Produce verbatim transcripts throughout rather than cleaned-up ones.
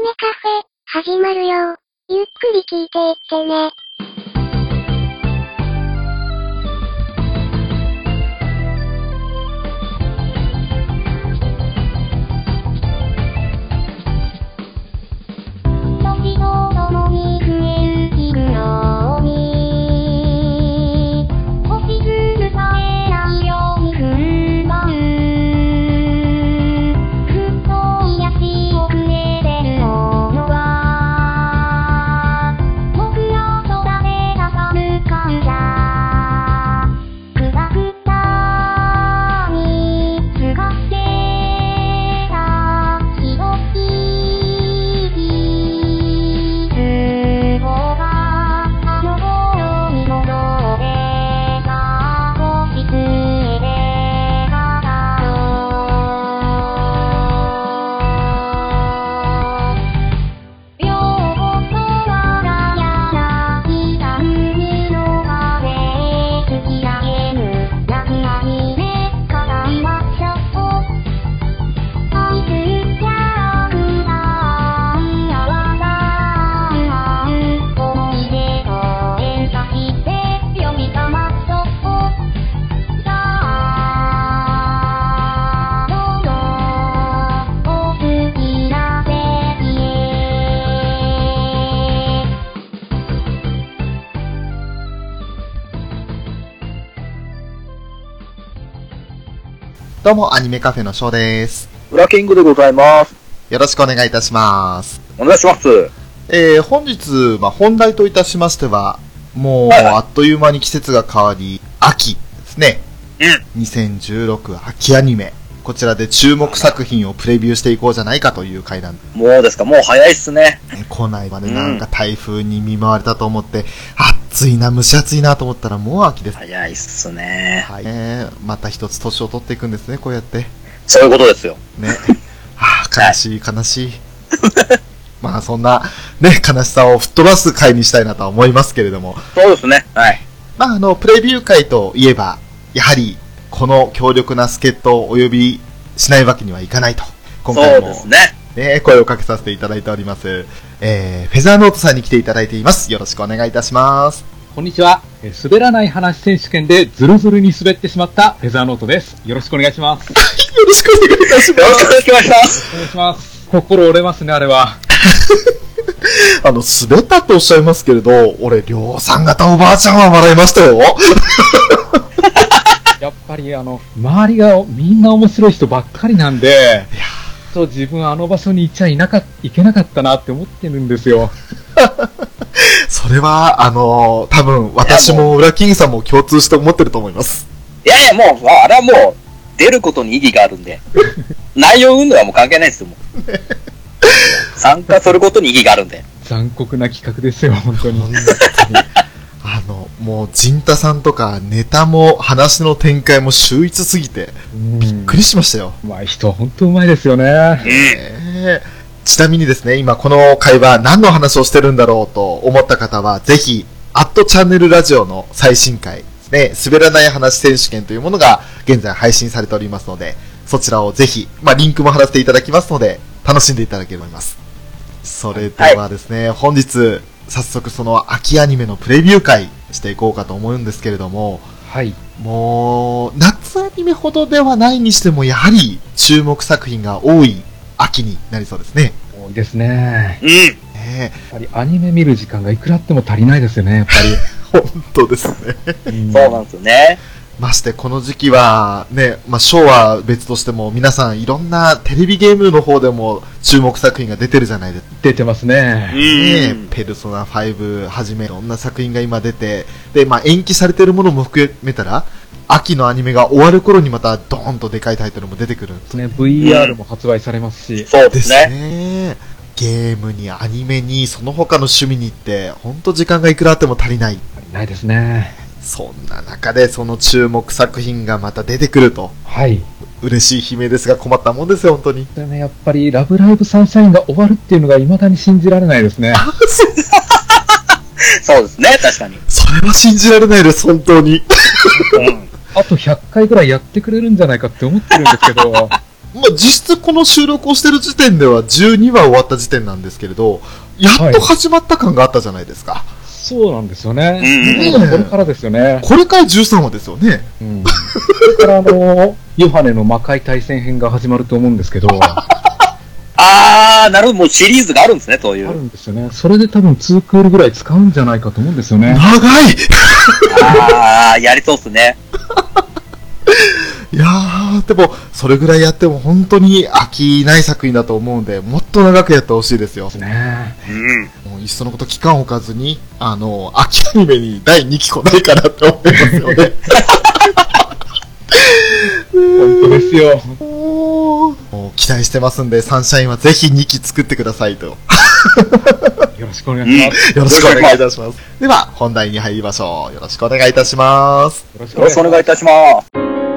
メカフェ、始まるよ。ゆっくり聞いていってね。時とともに増える日ぐように星屑さえないように踏ん張るふっと癒しをくれてるものは僕ら空で挟む感謝くたくたにすがってたひどいどうも、アニメカフェのショーです。 ウラキングでございます。 よろしくお願いいたします。 お願いします。 えー、本日、まあ、本題といたしましては、もう、 はいはい、 あっという間に季節が変わり、秋ですね。 うん。 にせんじゅうろく秋アニメ。こちらで注目作品をプレビューしていこうじゃないかという回なんで。 もうですか、もう早いっすね。 来ないまでなんか台風に見舞われたと思って、うん、暑いな、蒸し暑いなと思ったらもう秋です。 早いっすね。 はい。えー、また一つ年を取っていくんですね、こうやって。 そういうことですよ。 ね。はぁ、悲しい、悲しい。まあ、そんな、ね、悲しさを吹っ飛ばす回にしたいなとは思いますけれども。 そうですね。はい。 まあ、あの、プレビュー回といえば、やはり、この強力な助っ人をお呼びしないわけにはいかないと。今回も、 そうですね。 ね、声をかけさせていただいております。えー、フェザーノートさんに来ていただいています。よろしくお願いいたします。 こんにちは。えー、滑らない話選手権でズルズルに滑ってしまったフェザーノートです。よろしくお願いします。 よろしくお願いいたします。 よろしくお願いしました。 お願いします。心折れますね、あれは。 あの、滑ったとおっしゃいますけれど、俺、量産型おばあちゃんは笑いましたよ。 やっぱりあの、周りがみんな面白い人ばっかりなんで、いやそう自分あの場所に行っちゃいなか、いけなかったなって思ってるんですよ。 それは、あのー、多分私もウラキングさんも共通して思ってると思います。 いやいや、もう、あれはもう、出ることに意義があるんで、内容運動はもう関係ないですよ、もう。参加することに意義があるんで。 残酷な企画ですよ、本当に。本当にあの、もう、ジンタさんとか、ネタも、話の展開も秀逸すぎて、びっくりしましたよ。 うまい人は本当うまいですよね。 えー、ちなみにですね、今この会話、何の話をしてるんだろうと思った方は、ぜひ、アットチャンネルラジオの最新回ですね、滑らない話選手権というものが、現在配信されておりますので、そちらをぜひ、まあ、リンクも貼らせていただきますので、楽しんでいただければと思います。それではですね、はい、本日、早速その秋アニメのプレビュー会していこうかと思うんですけれども、 はい。 もう、夏アニメほどではないにしても、やはり注目作品が多い秋になりそうですね。 多いですね。 うん。 ねやっぱりアニメ見る時間がいくらあっても足りないですよね、やっぱり。本当ですね。 うん、そうなんですよね。 ましてこの時期はね、まあ、ショーは別としても皆さんいろんなテレビゲームの方でも注目作品が出てるじゃないですか。 出てますね。 ね、ペルソナファイブはじめいろんな作品が今出て、で、まあ、延期されてるものも含めたら、秋のアニメが終わる頃にまたドーンとでかいタイトルも出てくるんですね。ブイアール も発売されますし。 そうですね。 ですね。ゲームにアニメにその他の趣味にって本当時間がいくらあっても足りない。 足りないですね。 そんな中でその注目作品がまた出てくると。 はい。 嬉しい悲鳴ですが困ったもんですよ、本当に。 でね、やっぱりラブライブサンシャインが終わるっていうのが未だに信じられないですね。 そうですね、確かに。 それは信じられないです、本当に。 うん、 あとひゃっかいぐらいやってくれるんじゃないかって思ってるんですけど。 まあ、実質この収録をしてる時点ではじゅうにわ終わった時点なんですけれど、やっと始まった感があったじゃないですか。 そうなんですよね。 うんうん、これからですよね。 これからじゅうさんわですよね。 うん。これからあの、ヨハネの魔界対戦編が始まると思うんですけど。 あー、なるほど。もうシリーズがあるんですね、そういう。 あるんですよね。それで多分ツークールぐらい使うんじゃないかと思うんですよね。 長いあー、やりそうっすね。 いやー、でも、それぐらいやっても本当に飽きない作品だと思うんで、もっと長くやってほしいですよ。 ですね。 うん。 もういっそのこと期間を置かずに、あの、秋アニメにだいにき来ないかなって思いますよね。 本当ですよ。 もう期待してますんで、サンシャインはぜひにき作ってくださいと。 よろしくお願いします。 よろしくお願いいたします。では、本題に入りましょう。よろしくお願いいたします。 よろしよろしくお願いいたします。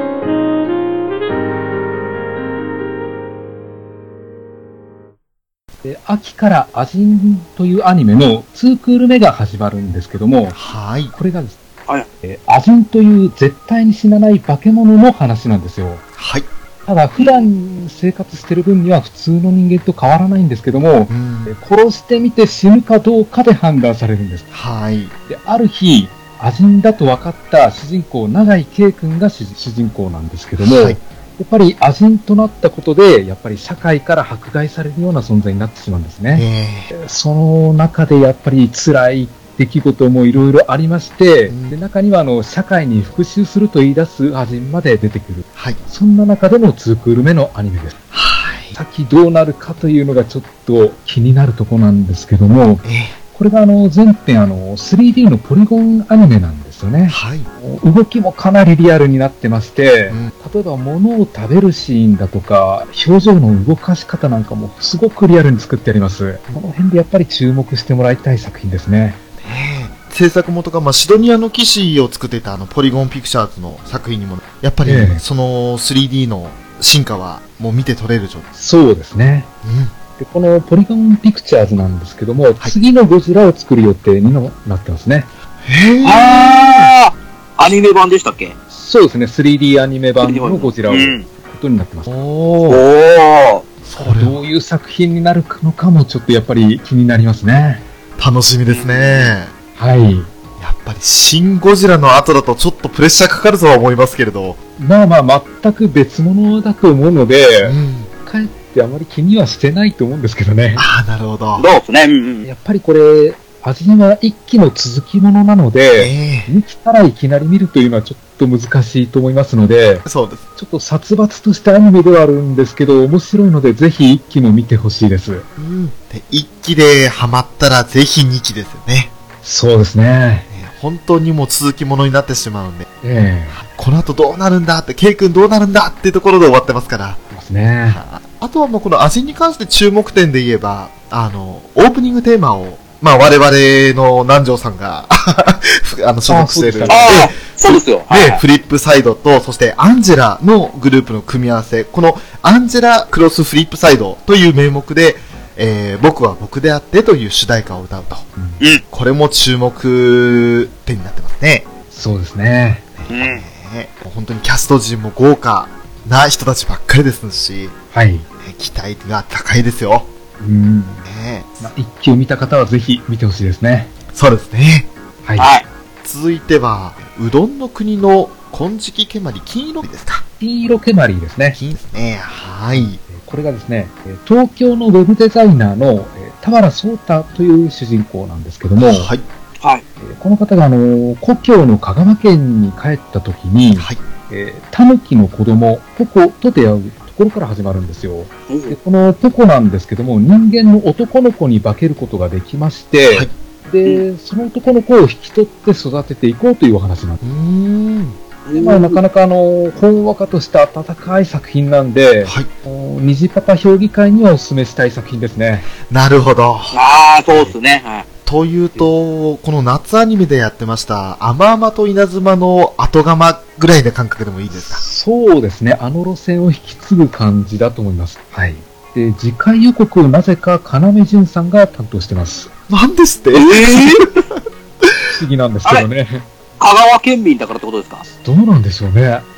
で秋からアジンというアニメのツークール目が始まるんですけども、 はい。 これがですね、 はいえーアジンという絶対に死なない化け物の話なんですよ。 はい。 ただ、普段生活してる分には普通の人間と変わらないんですけども、 うんえー殺してみて死ぬかどうかで判断されるんです。 はい。 で、ある日、アジンだと分かった主人公、永井圭君が主主人公なんですけども、 はいやっぱりアジンとなったことで、やっぱり社会から迫害されるような存在になってしまうんですね。 えその中でやっぱり辛い出来事もいろいろありまして、 うんで中にはあの社会に復讐すると言い出すアジンまで出てくる。 ー、はい。 そんな中でのツークール目のアニメです。 はい。 先どうなるかというのがちょっと気になるところなんですけども、 えこれがあの全編あの スリーディー のポリゴンアニメなんですよー、 ね。 はい。 動きもかなりリアルになってまして、 うん例えば物を食べるシーンだとか、表情の動かし方なんかもすごくリアルに作ってあります。この辺でやっぱり注目してもらいたい作品ですね。 ねえ制作元が、まあ、シドニアの騎士を作っていたあのポリゴンピクチャーズの作品にもやっぱり、 ええその スリーディー の進化はもう見て取れる状態。 そうですね。 うん。 でこのポリゴンピクチャーズなんですけども、 い次のゴジラを作る予定にもなってますね。 へえ。 あー、アニメ版でしたっけ？ そうですね、スリーディー アニメ版のゴジラをうん。 ことになってます。 おおー。 ー。 それどういう作品になるのかもちょっとやっぱり気になりますね。 楽しみですね。 はい。 やっぱりシン・ゴジラの後だとちょっとプレッシャーかかるとは思いますけれど。 まあまあ全く別物だと思うので、 うん。 かえってあまり気にはしてないと思うんですけどね。 ああ、なるほど。 そうですね。うんうん。 やっぱりこれ、アジンは一期の続きものなので、 えにきからいきなり見るというのはちょっと難しいと思いますので、 えそうです。 ちょっと殺伐としたアニメではあるんですけど、面白いのでぜひ一期も見てほしいです。 うん。で、一期でハマったらぜひ二期ですよね。 そうですね。 ね本当にもう続きものになってしまうんで。 えこの後どうなるんだって、ケイ君どうなるんだっていうところで終わってますから。 えですね。 ああとはもうこのアジンに関して注目点で言えば、あの、オープニングテーマを、まあ我々の南條さんが、あの、所属している、 あああ、そうですよ。はいね、フリップサイドと、そしてアンジェラのグループの組み合わせ、このアンジェラクロスフリップサイドという名目で、えー僕は僕であってという主題歌を歌うと。 うん。 これも注目点になってますね。 そうですね。 うん。 ねもう本当にキャスト陣も豪華な人たちばっかりですし、 はい。 ね期待が高いですよ。 うん。 ねまあ、一期を見た方はぜひ見てほしいですね。 そうですね。 はい。 はい。 続いては、うどんの国の金色ケマリ、金色ですか？ 金色ケマリーですね。 金ですね。はい。 えーこれがですね、えー東京のウェブデザイナーの、えー田原壮太という主人公なんですけども、 はい。 はい。 えーこの方があのー故郷の香川県に帰った時に、 はい。 えー、タヌキの子供、ポコと出会うところから始まるんですよ。でこのポコなんですけども、人間の男の子に化けることができまして、 はいで、その男の子を引き取って育てていこうというお話なんです。 うーん。 でまあ、なかなかあの、ほんわかとした温かい作品なんで、 はい。 虹パパ評議会にはお勧めしたい作品ですね。 なるほど。 ああ、そうですね。はい。 というと、この夏アニメでやってました、あまあまと稲妻の後釜ぐらいの感覚でもいいですか？ そうですね。あの路線を引き継ぐ感じだと思います。はい。で、次回予告をなぜか要潤さんが担当してます。 なんですってええ不思議なんですけどね。 香川県民だからってことですか？ どうなんでしょうね。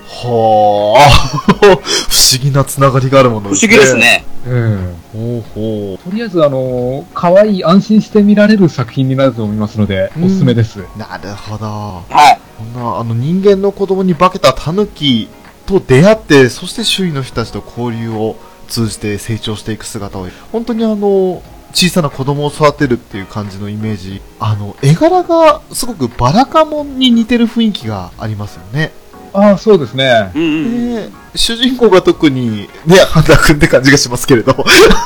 はあ、不思議なつながりがあるもの不思議ですね。 ええほうほとりあえず、あの、可愛い安心して見られる作品になると思いますので、 うんおすすめです。 う。なるほど。 はい。 こんな、あの人間の子供に化けたタヌキと出会って、そして周囲の人たちと交流を通じて成長していく姿を、本当にあの、小さな子供を育てるっていう感じのイメージ。あの、絵柄がすごくバラカモンに似てる雰囲気がありますよね。 ああ、そうですね。 うんうん。 で、主人公が特に、ね、半田君って感じがしますけれど。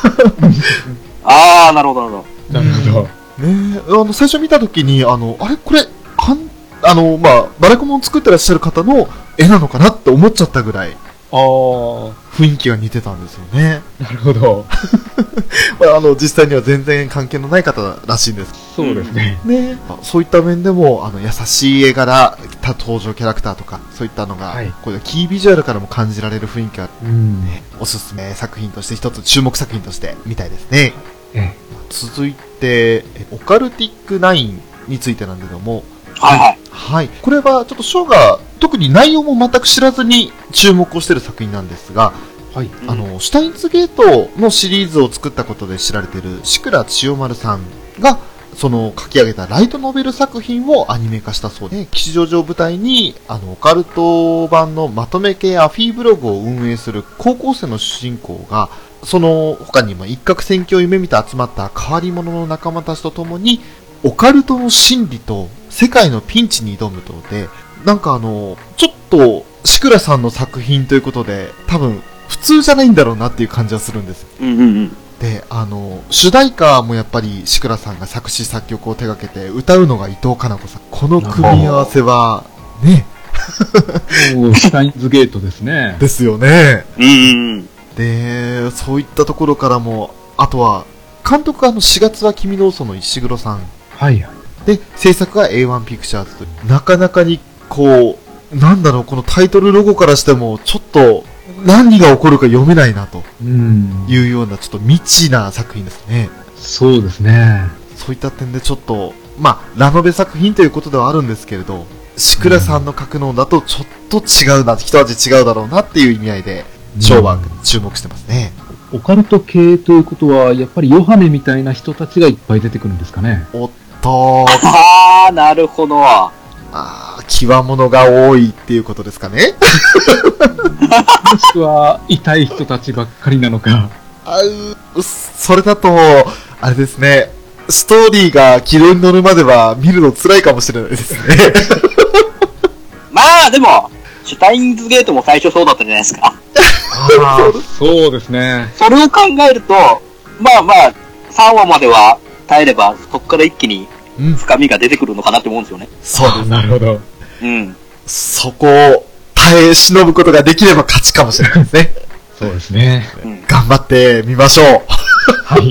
ああ、なるほど、なるほなるほど。 ねあの、最初見たときに、あの、あれこれ、かん、あの、まあ、バラカモンを作ってらっしゃる方の絵なのかなって思っちゃったぐらい、 ああ、 雰囲気が似てたんですよね。 なるほど。 まあ、あの、実際には全然関係のない方らしいんです。 そうですね。 ねそういった面でも、あの、優しい絵柄、た登場キャラクターとか、そういったのが、 はいこれキービジュアルからも感じられる雰囲気が、 うん。 おすすめ作品として一つ注目作品として見たいですね。 え続いて、えオカルティックナインについてなんだけども、 ど。はいはい。 はい。これはちょっとショーが特に内容も全く知らずに注目をしている作品なんですが、 はい。 あの、シュタインズゲートのシリーズを作ったことで知られている志倉千代丸さんが、その書き上げたライトノベル作品をアニメ化したそうで、吉祥寺を舞台に、あの、オカルト版のまとめ系アフィーブログを運営する高校生の主人公が、その他にも一攫千金を夢見て集まった変わり者の仲間たちと共に、オカルトの真理と世界のピンチに挑むとで、なんかあの、ちょっと、志倉さんの作品ということで、多分、普通じゃないんだろうなっていう感じはするんです。 うんうんうん。 で、あの、主題歌もやっぱり志倉さんが作詞作曲を手掛けて、歌うのが伊藤かな子さん。この組み合わせは、ね、 もう、シュタインズゲートですね。 ですよね。 うんうんうん。 で、そういったところからも、あとは、監督があのしがつは君の嘘の石黒さん。 はいはい。 で、制作が エーワン ピクチャーズという、なかなかに、こう、なんだろう、このタイトルロゴからしても、ちょっと、何が起こるか読めないな、とうん。 いうような、ちょっと未知な作品ですね。 そうですね。 そういった点でちょっと、まあ、ラノベ作品ということではあるんですけれど、志倉さんの書くのだとちょっと違うな、一味違うだろうなっていう意味合いで、ショーは注目してますね。 オカルト系ということは、やっぱりヨハネみたいな人たちがいっぱい出てくるんですかね。 おっと、 ああ、なるほど。 あー、極物が多いっていうことですかね。 もしくは、痛い人たちばっかりなのか。 あう、それだと、あれですね、ストーリーが軌道に乗るまでは見るの辛いかもしれないですね。 まあでも、シュタインズゲートも最初そうだったじゃないですか。 ああ、そうですね。 それを考えると、まあまあ、さんわまでは耐えれば、そこから一気にうん、 深みが出てくるのかなって思うんですよね。 そうです。 なるほど。 うん。 そこを耐え忍ぶことができれば勝ちかもしれないですね。 そうですね。 うん。 頑張ってみましょう。 はい。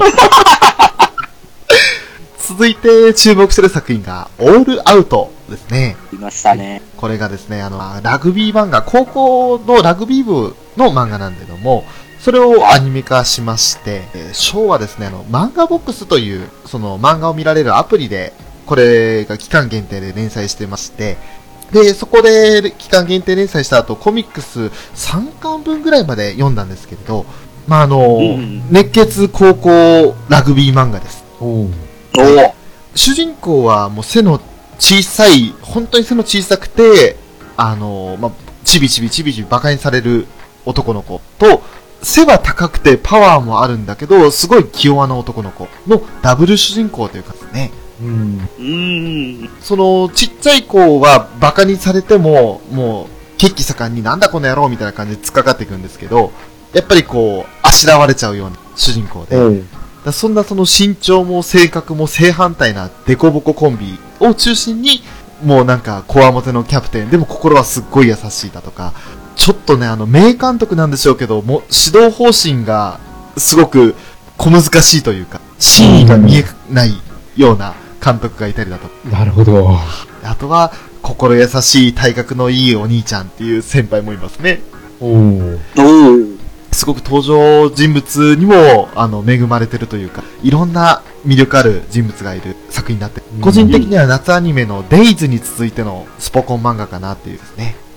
続いて注目している作品が、オールアウトですね。 いましたね。 これがですね、あの、ラグビー漫画、高校のラグビー部の漫画なんだけども、それをアニメ化しまして、えー、ショーはですね、あの、漫画ボックスという、その漫画を見られるアプリで、これが期間限定で連載してまして、で、そこで期間限定連載した後、コミックスさんかんぶんぐらいまで読んだんですけれど、まあ、あの、 うん熱血高校ラグビー漫画です。 おう。 おお。 主人公はもう背の小さい、本当に背の小さくて、あの、まあ、ちびちびちびちび馬鹿にされる男の子と、背は高くてパワーもあるんだけど、すごい気弱な男の子のダブル主人公というかですね。 うん。 うーん。 そのちっちゃい子は馬鹿にされても、もう、血気盛んになんだこの野郎みたいな感じで突っかかっていくんですけど、やっぱりこう、あしらわれちゃうような主人公で。 う。 だそんなその身長も性格も正反対なデコボココンビを中心に、もうなんか、こわもてのキャプテン、でも心はすっごい優しいだとか、ちょっとね、あの、名監督なんでしょうけど、も指導方針が、すごく小難しいというか、真意が見えないような監督がいたりだとか、 なるほど。 あとは、心優しい体格のいいお兄ちゃんっていう先輩もいますね。 おう。 おお。 すごく登場人物にも、あの、恵まれてるというか、いろんな魅力ある人物がいる作品になって、 うん個人的には夏アニメのデイズに続いてのスポコン漫画かなっていうですね。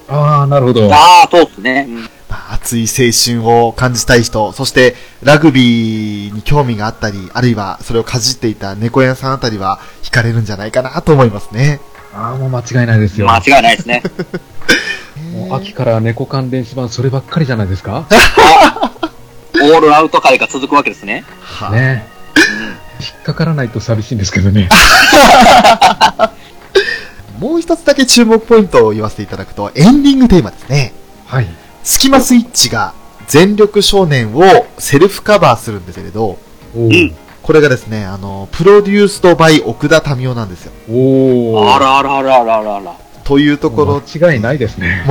ああ、なるほど。 ああ、そうっすね。うんまあ、熱い青春を感じたい人、そしてラグビーに興味があったり、あるいはそれをかじっていた猫屋さんあたりは惹かれるんじゃないかなと思いますね。 ああ、もう間違いないですよ。 間違いないですね。 もう秋から猫関連一番そればっかりじゃないですか。 オールアウト会が続くわけですね。 はあ、 ね。引っかからないと寂しいんですけどね。 もう一つだけ注目ポイントを言わせていただくと、エンディングテーマですね。 はい。 スキマスイッチが全力少年をセルフカバーするんですけれど、 おうんー。 これがですね、あの、プロデュースドバイ奥田民生なんですよ。 おー。 あらあらあらあらあらあら。 というところ、 間違いないですね。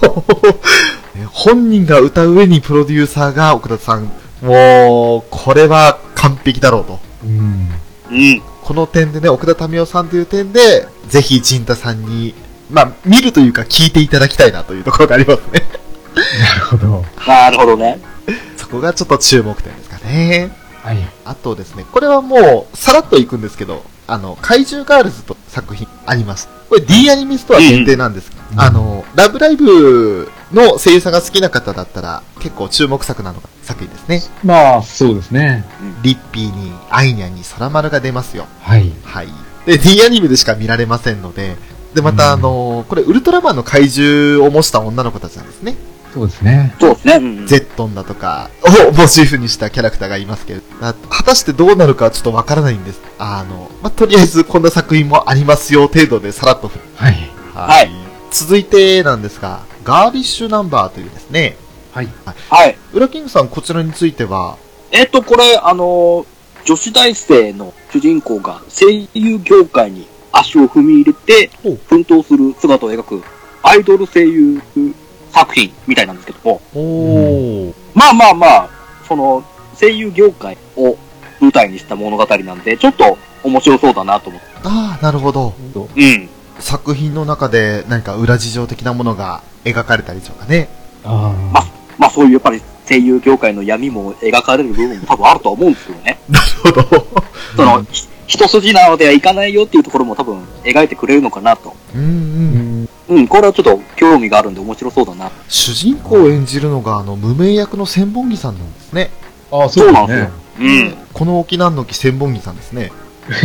本人が歌う上にプロデューサーが奥田さん、もう、これは完璧だろうと。 うん。 うん。 この点でね、奥田民生さんという点で、ぜひ陣太さんに、まあ、見るというか聞いていただきたいなというところがありますね。 なるほど。 なるほどね。 そこがちょっと注目点ですかね。 はい。 あとですね、これはもう、さらっといくんですけど、あの、怪獣ガールズと作品あります。これ D アニメストア限定なんです。 うんあの、ラブライブの声優さんが好きな方だったら、結構注目作なのが作品ですね。 まあ、そうですね。 リッピーに、アイニャンに空丸が出ますよ。 はい。 はい。で、D アニメでしか見られませんので、で、また、あの、これ、ウルトラマンの怪獣を模した女の子たちなんですね。 そうですね。 そうですね。うん。 ゼットンだとかをモチーフにしたキャラクターがいますけど、あ果たしてどうなるかはちょっとわからないんです。あの、まあ、とりあえずこんな作品もありますよ程度でさらっと。 はい。 はい続いてなんですが、ガーリッシュナンバーというですね、 はい。 はい。 ウラキングさんこちらについては、 えっと、これ、あの、女子大生の主人公が声優業界に足を踏み入れてほう、 奮闘する姿を描くアイドル声優作品みたいなんですけども、 おー、 まあまあまあ、その、声優業界を舞台にした物語なんで、ちょっと面白そうだなと思って。 ああ、なるほど。 うん。 作品の中で何か裏事情的なものが描かれたりとかね。 あまあ、まあそういうやっぱり声優業界の闇も描かれる部分も多分あるとは思うんですけどね。 なるほど。 その、ひ一筋縄ではいかないよっていうところも多分描いてくれるのかなと。 うんうあ。 ん。 ん。 うん、これはちょっと興味があるんで面白そうだな。 主人公を演じるのがあの無名役の千本木さんなんですね。 ああ、 そうなんですよね。 うん。 この沖縄の木千本木さんですね。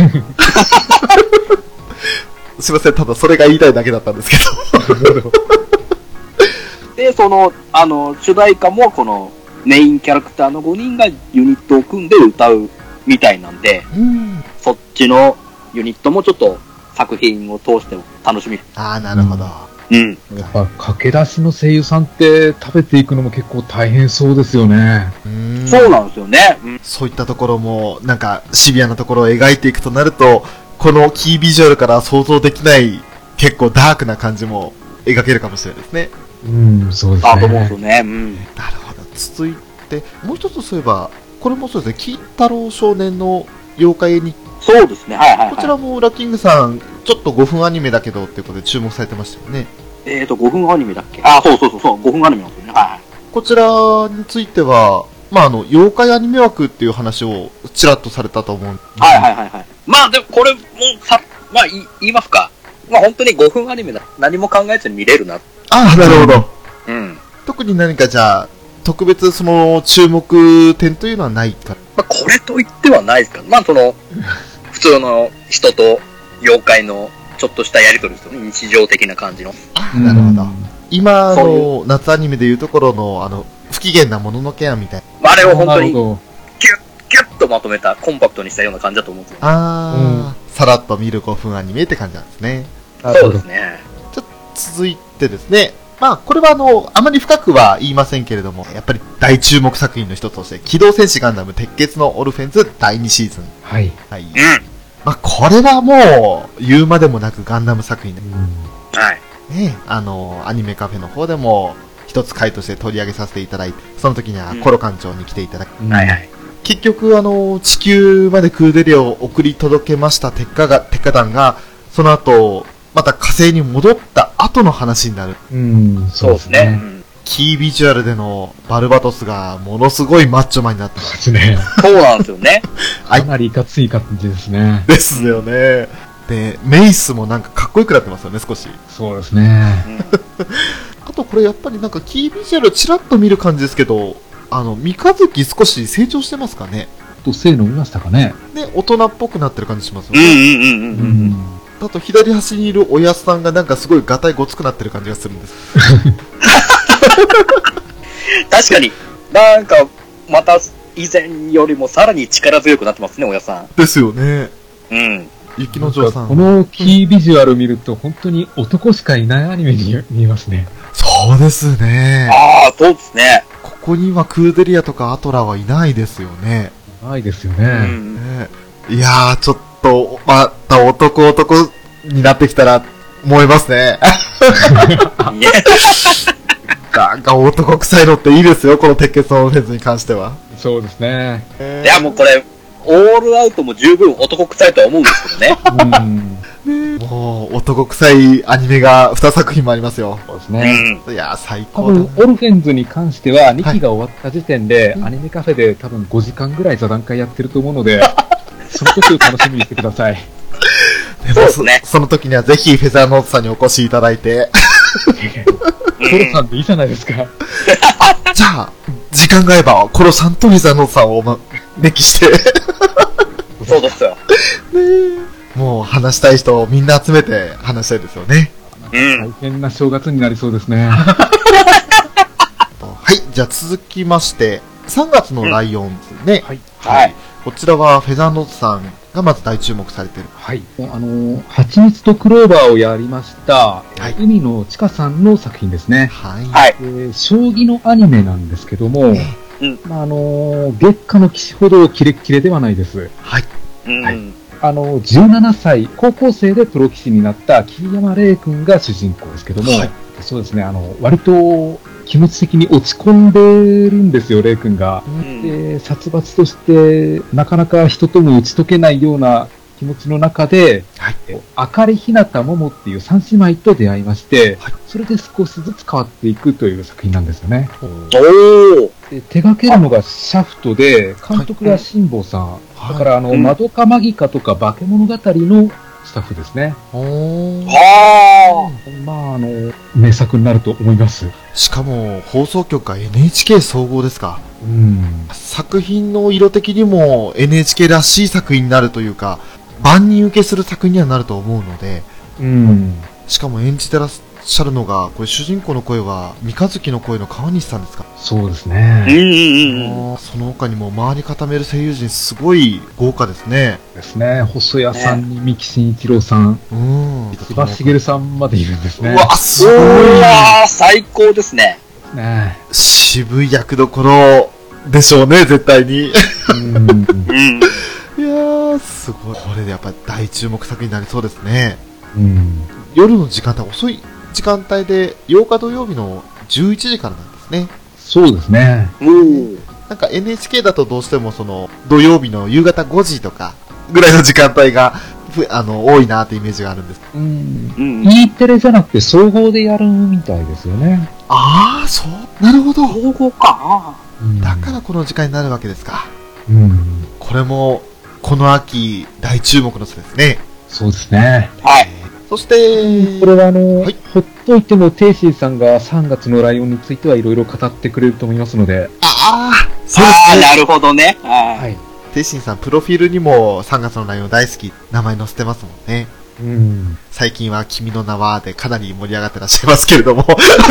すいません、ただそれが言いたいだけだったんですけど。 で、その、あの、主題歌もこのメインキャラクターのごにんがユニットを組んで歌うみたいなんで、 うん。 そっちのユニットもちょっと作品を通して楽しみ。 ああ、なるほど。 うん。 やっぱ駆け出しの声優さんって食べていくのも結構大変そうですよね。 うんそうなんですよね。うん。 そういったところも、なんかシビアなところを描いていくとなると、このキービジュアルから想像できない結構ダークな感じも描けるかもしれないですね。 うん、そうですね。 だと思うんですよね。うん。 なるほど。続いて、もう一つそういえば、これもそうですね、金太郎少年の妖怪に、 そうですね。はいはい、はい。 こちらもラキングさん、ちょっとごふんアニメだけどっていうことで注目されてましたよね。 えーと、ごふんアニメだっけあ、そうそうそうそう、ごふんアニメなんですよね。はいはい。 こちらについては、まあ、あの、妖怪アニメ枠っていう話をちらっとされたと思うんで。 はいはいはいはい。まあでもこれもさ、まあ言い言いますか。まあ本当にごふんアニメだ。何も考えずに見れるな。 ああ、なるほど。 うん。 特に何かじゃあ、特別その注目点というのはないか。 まあこれと言ってはないですから。まあその、普通の人と妖怪のちょっとしたやりとりですよね。日常的な感じの。 ああ、 うんなるほど。今そうの夏アニメでいうところの、あの、不機嫌なもののケアみたいな。 まああれを本当になるほギュッ、ギュッとまとめた、コンパクトにしたような感じだと思うんですよ。 ああ、さらっと見るごふんアニメって感じなんですね。 ど。 そうですね。 続いてですね、まあ、これはあの、あまり深くは言いませんけれども、やっぱり大注目作品の一つとして、機動戦士ガンダム鉄血のオルフェンズだいにシーズン。 はい。 はい。 うん。 まあ、これはもう、言うまでもなくガンダム作品でうん。 はい。 ね、あの、アニメカフェの方でも、一つ回として取り上げさせていただいて、その時にはうんコロ館長に来ていただき、 はいはい。 結局あの、地球までクーデリアを送り届けました鉄火が、鉄火団が、その後、また火星に戻った後の話になる。 うん、 そうですね。うん。 キービジュアルでのバルバトスがものすごいマッチョマンになった。 そうですね。 そうなんですよね。 はいかなりいかつい感じですね。 ですよね。で、メイスもなんかかっこよくなってますよね、少し。 そうですね。 うん。 あとこれやっぱりなんかキービジュアルちらっと見る感じですけど、あの、三日月少し成長してますかね。 と、性能見ましたかね。 ね、大人っぽくなってる感じしますようんうんね。 うんうんうん。 あと左端にいるおやすさんがなんかすごいガタイごつくなってる感じがするんです。 確かに、なんか、また以前よりもさらに力強くなってますね、おやさん。 ですよね。 うん。 雪の城さん。 このキービジュアル見ると、本当に男しかいないアニメに見えますね。 そうですね。 ああ、そうですね。 ここにはクーデリアとかアトラはいないですよね。 ないですようね。 ん。 ねいやー、ちょっと、また男男になってきたら、思いますね。 ねなんか男臭いのっていいですよ、この鉄血のフェンズに関しては。 そうですね。 いや、もうこれ、オールアウトも十分男臭いとは思うんですけどね。 うん。 もう、男臭いアニメがにさく品もありますよ。 そうですうね。 ん。 いやー、最多高だ、 分、オルフェンズに関しては、にきが終わった時点で、 うんアニメカフェで多分ごじかんぐらい座談会やってると思うので、その時を楽しみにしてください。 でもそうですねそ、その時にはぜひフェザーノートさんにお越しいただいて、 コロさんでいいじゃないですか。 じゃあ、時間が合えば、コロさんとフェザーノートさんをお招きして、 そうですよ。 もう話したい人をみんな集めて話したいですよね。 うん。 大変な正月になりそうですね。 はい、じゃあ続きまして、さんがつのライオンズね。 はい。 はい。 こちらはフェザーノートさんがまず大注目されてる。 はい。あの、蜂蜜とクローバーをやりました、 はい海野千佳さんの作品ですね。 はい。 はい。 えー将棋のアニメなんですけども、 うん。 まあ、あの、月下の騎士ほどキレッキレではないです。 はい。 うん。 はいあの、じゅうななさい、高校生でプロ棋士になった桐山玲君が主人公ですけども、 はいそうですね、あの、割と気持ち的に落ち込んでるんですよ、玲君が。 うん。 で、殺伐として、なかなか人とも打ち解けないような気持ちの中で、 はい。 あかりひなたももっていう三姉妹と出会いまして、 はいそれで少しずつ変わっていくという作品なんですよね。 おー。 で手掛けるのがシャフトで、監督が辛坊さん。 はいだから、あの、 うんマドカマギカとか化け物語のスタッフですね。 おーはまあ、あの、名作になると思います。 しかも、放送局が エヌエイチケー 総合ですか。 うん。 作品の色的にも エヌエイチケー らしい作品になるというか、万人受けする作品にはなると思うので、 うん。 しかも演じてらっしゃるのが、これ主人公の声は、三日月の声の川西さんですか。 そうですー。うんね。 うんうん。 あーその他にも周り固める声優陣すごい豪華ですね。 ですね。細谷さんに三木慎一郎さん、 うん。 千葉茂さんまでいるんですね。 うわ、すうごい。 わー、最高ですね。 ね渋い役どころでしょうね、絶対に。いうん。 うん。 やー、すごい。これでやっぱり大注目作品になりそうですね。 うん。 夜の時間帯、遅い時間帯で、ようか土曜日のじゅういちじからなんですね。 そうですね。 うん。 なんか エヌエイチケー だとどうしてもその、土曜日の夕方ごじとか、ぐらいの時間帯が、ふあの、多いなってイメージがあるんです。 うん。 うん。 E テレじゃなくて総合でやるみたいですよね。 あー、そう。なるほど。 総合か。 うんだからこの時間になるわけですか。 うん。 これも、この秋、大注目の人ですね。 そうですね。 はい。 そして、 これはあの、 はいほっといてもテイシーさんがさんがつのライオンについてはいろいろ語ってくれると思いますので。 ああ、そうああ、 ですね。 なるほどね。はい。 い。 テイシンさん、プロフィールにもさんがつのライオン大好き、名前載せてますもんね。 うん。 最近は君の名はでかなり盛り上がってらっしゃいますけれども。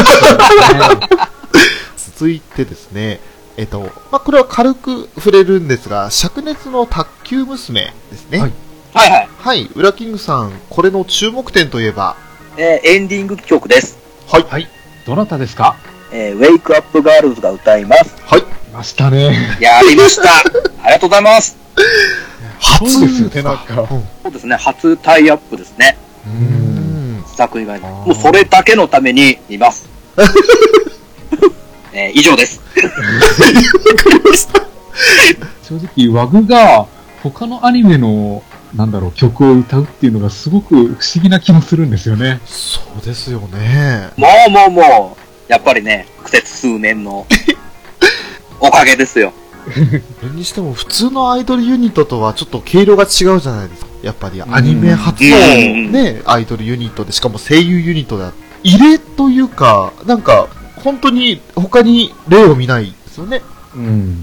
続いてですね、えっと、まあ、これは軽く触れるんですが、灼熱の卓球娘ですね。 ははいい。 はいはい。 はい。ウラキングさん、これの注目点といえば、 えーエンディング曲です。 はい。 はい。どなたですか？ えー、ウェイクアップガールズが歌います。 はい。 いましたね。 やりました。ありがとうございます。 初そうですよね、なんか。 うん。 そうですね、初タイアップですね。 うーん。 作品が。 あーもうそれだけのためにいます。えー以上です。 わかりました。 正直、ワグが他のアニメの、なんだろう、曲を歌うっていうのがすごく不思議な気もするんですよね。 そうですよね。 もうもうもう、やっぱりね、苦節数年のおかげですよ。 それにしても普通のアイドルユニットとはちょっと毛色が違うじゃないですか。やっぱりアニメ初のうんね、アイドルユニットで、しかも声優ユニットだっ異例というか、なんか、本当に他に例を見ないですよね。 うん。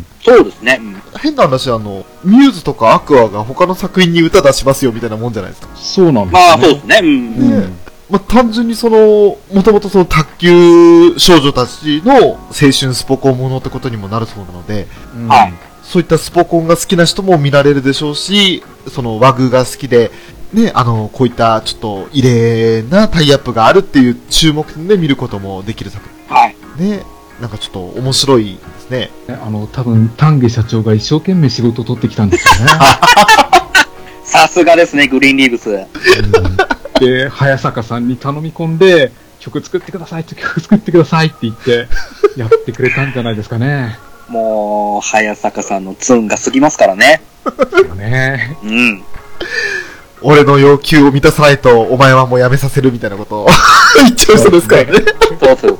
そうですね。うん、 変な話、あの、ミューズとかアクアが他の作品に歌出しますよみたいなもんじゃないですか。 そうなんですね。 まあ、そうですね。うん。 で、まあ、単純にその、もともとその卓球少女たちの青春スポコンものってことにもなるそうなので、 うん、 はい。 そういったスポコンが好きな人も見られるでしょうし、その和具が好きで、ね、あの、こういったちょっと異例なタイアップがあるっていう注目点で見ることもできる作品。 はい。 ね、なんかちょっと面白いですね。 あの、多分、丹下社長が一生懸命仕事を取ってきたんですよね。 さすがですね、グリーンリーブス。うん、 で、早坂さんに頼み込んで、曲作ってください、曲作ってくださいって言って、やってくれたんじゃないですかね。 もう、早坂さんのツンが過ぎますからね。 ですよね。 うん。 俺の要求を満たさないと、お前はもうやめさせるみたいなことを言っちゃう人ですからね。 そうそう。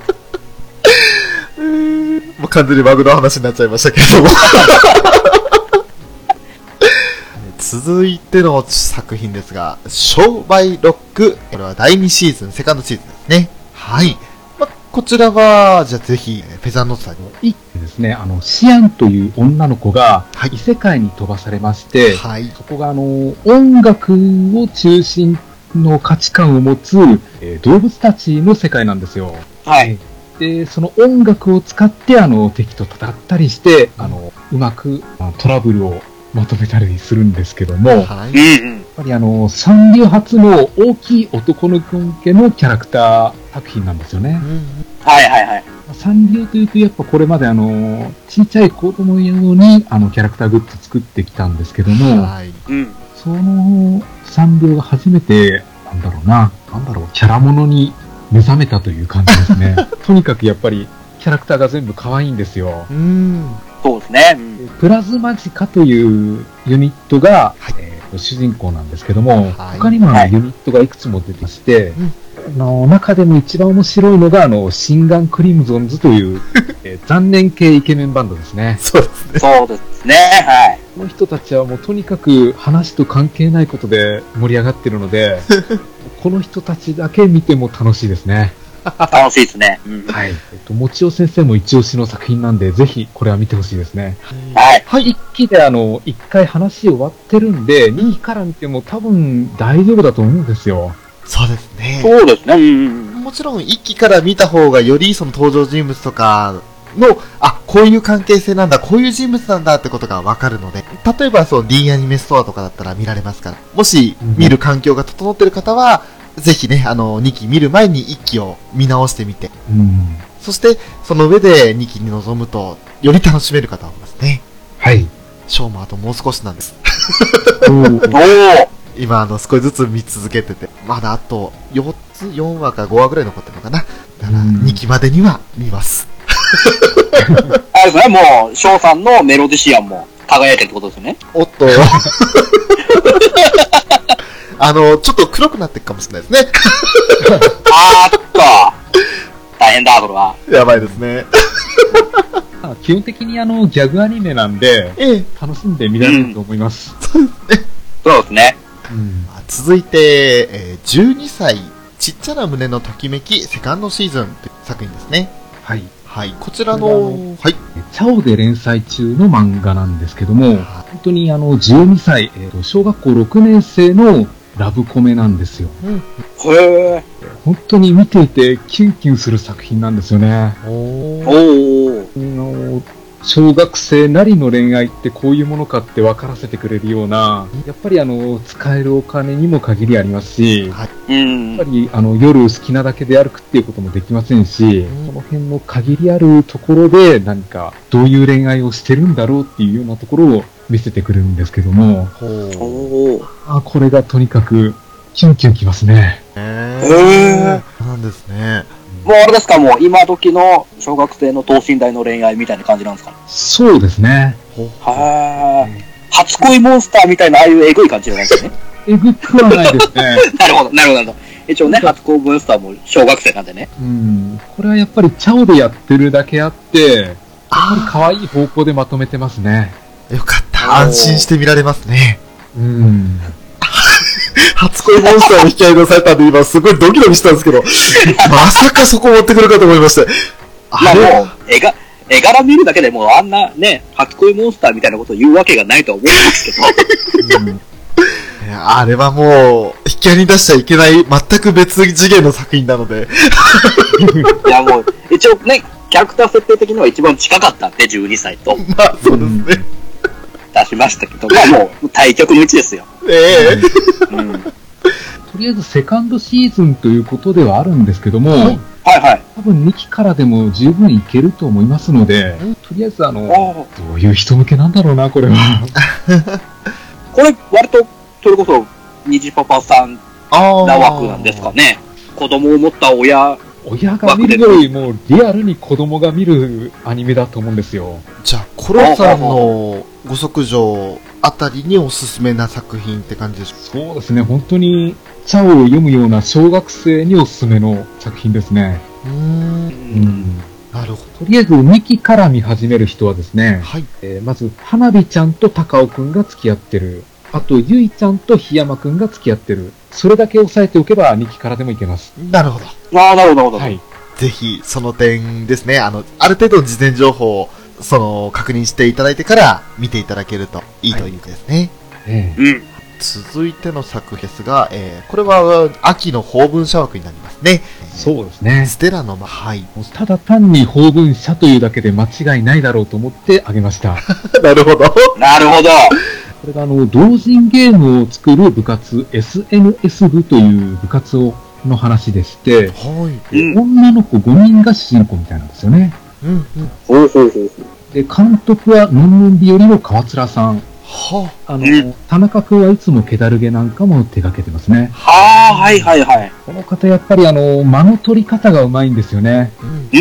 もう完全にバグの話になっちゃいましたけれども。続いての作品ですが、商売ロック。これはだいにシーズン、セカンドシーズンですね。はい。ま、こちらは、じゃあぜひ、フェザーノートさんに。 一気ですね、あの、シアンという女の子が、 はい異世界に飛ばされまして、 はい。 そこがあの、音楽を中心の価値観を持つ、えー動物たちの世界なんですよ。 はい。 で、その音楽を使って、あの、敵と戦ったりして、あの、うまくあのトラブルをまとめたりするんですけども、やっはい。 うんうん。 ぱりあの、サンリオ初の大きい男の子向けのキャラクター作品なんですよね。 はいはいはい。 サンリオというと、やっぱこれまであの、ちっちゃい子供用に、あの、キャラクターグッズ作ってきたんですけども、 はい。 うん。 その、サンリオが初めて、なんだろうな、なんだろう、キャラものに目覚めたという感じですね。とにかくやっぱり、キャラクターが全部可愛いんですよ。 うーん。 そうですね。うん。 プラズマジカというユニットが、 はいえー主人公なんですけども、 はい他にもあのはいユニットがいくつも出てまして、 うんあの中でも一番面白いのが、あの、シンガンクリムゾンズという、えー残念系イケメンバンドですね。 そうですね。 そうですね。はい。 この人たちはもうとにかく話と関係ないことで盛り上がってるので、この人たちだけ見ても楽しいですね。 楽しいですね。うん。 はい。えっと、もちお先生も一押しの作品なんで、ぜひこれは見てほしいですね。 はい。 はい。 一期であの、一回話終わってるんで、にきから見ても多分大丈夫だと思うんですよ。 そうですね。 そうですね。うんうん。 もちろん一期から見た方がよりその登場人物とかの、あ、こういう関係性なんだ、こういう人物なんだってことがわかるので、例えばその D アニメストアとかだったら見られますから、もし見る環境が整ってる方は、ぜひね、あの、にき見る前にいっきを見直してみて、 うん。 そしてその上でにきに臨むと、より楽しめる方もいますね。 はい。 ショーもあともう少しなんです。 おーおー。 今、あの、少しずつ見続けてて、まだあとよっつ、よんわかごわぐらい残ってるのかな。だから、 うんにきまでには見ます。 あれですね。もう、翔さんのメロディシアンも輝いてるってことですよね。 おっと。あの、ちょっと黒くなっていくかもしれないですね。 あーっと。大変だ、それは。 やばいですね。 まあ基本的にあの、ギャグアニメなんで、 ええ。 楽しんで見られると思います。 そうですね。 うん。 続いて、えー、じゅうにさい、ちっちゃな胸のときめき、セカンドシーズンという作品ですね。 はい。 はい。こちらこれの、はい。 チャオで連載中の漫画なんですけども、 は本当にあの、じゅうにさい、えーと小学校ろくねん生のラブコメなんですよ。 うん。 へー。 本当に見ていてキュンキュンする作品なんですよね。 おー。 おー。 あの小学生なりの恋愛ってこういうものかって分からせてくれるような、やっぱりあの、使えるお金にも限りありますし、 はい。 うん。 やっぱりあの、夜好きなだけで歩くっていうこともできませんし、その辺の限りあるところで何かどういう恋愛をしてるんだろうっていうようなところを見せてくれるんですけども、 ほー。 おー。 あこれがとにかくキュンキュンきますね。 へへー。なんですね。 もうあれですか、もう今時の小学生の等身大の恋愛みたいな感じなんですかね。 そうですね。 ほはー。初恋モンスターみたいなああいうエグい感じじゃないですよね。 えぐくはないですね。 なるほど、なるほど、なるほど。一応ね、初恋モンスターも小学生なんでね。 うん。これはやっぱりチャオでやってるだけあって、やっぱりあ可愛い方向でまとめてますね。 ー、よかった。安心して見られますね。 うん。 初恋モンスターを引き合い出されたんで、今すごいドキドキしたんですけど、まさかそこ持ってくるかと思いまして。 まあもう、絵が、絵柄見るだけでもうあんなね、初恋モンスターみたいなことを言うわけがないとは思うんですけど。うん、 いやあれはもう、引き合いに出しちゃいけない、全く別次元の作品なので。 いやもう、一応ね、キャラクター設定的には一番近かったんで、じゅうにさいと。 まあ、そうですね。 出しましたけど、まあもう、対局のうちですよ。 ええうん。 とりあえずセカンドシーズンということではあるんですけども、はい、 はいはい。 多分にきからでも十分いけると思いますので、とりあえずあの、どういう人向けなんだろうな、これは。 これ、割と、それこそ、虹パパさんな枠なんですかね。子供を持った親、 親が見るよりもリアルに子供が見るアニメだと思うんですよ。 じゃあ、コロさんのご息女あたりにおすすめな作品って感じでしょうか？ そうですね、本当に、チャオを読むような小学生におすすめの作品ですね。 うーん。うんなるほど。とりあえずにきから見始める人はですね、はいえー、まず、花火ちゃんと高尾くんが付き合ってる。あと、ゆいちゃんと檜山くんが付き合ってる。それだけ押さえておけばにきからでもいけます。 なるほど。 ああ、なるほど、なるほど。はい。 ぜひ、その点ですね、あの、ある程度の事前情報を、その、確認していただいてから見ていただけるといいということですね。はい、 ええうん。 続いての作品ですが、えー、これは秋の法文社枠になりますね。 そうですね。 ステラの間、はい。 ただ単に法文社というだけで間違いないだろうと思ってあげました。 なるほど。 なるほど。 これがあの、同人ゲームを作る部活、エスエヌエス 部という部活をの話でして、 はい。 女の子ごにんが主人公みたいなんですよね。 うんうん。 ほうほうほう。 で、監督はのんのん日和の川面さん。 はあ、あの、うん、田中君はいつも気だるげなんかも手掛けてますね。 はあ、はいはいはい。 この方やっぱりあの、間の取り方がうまいんですよね。 うんうんうん。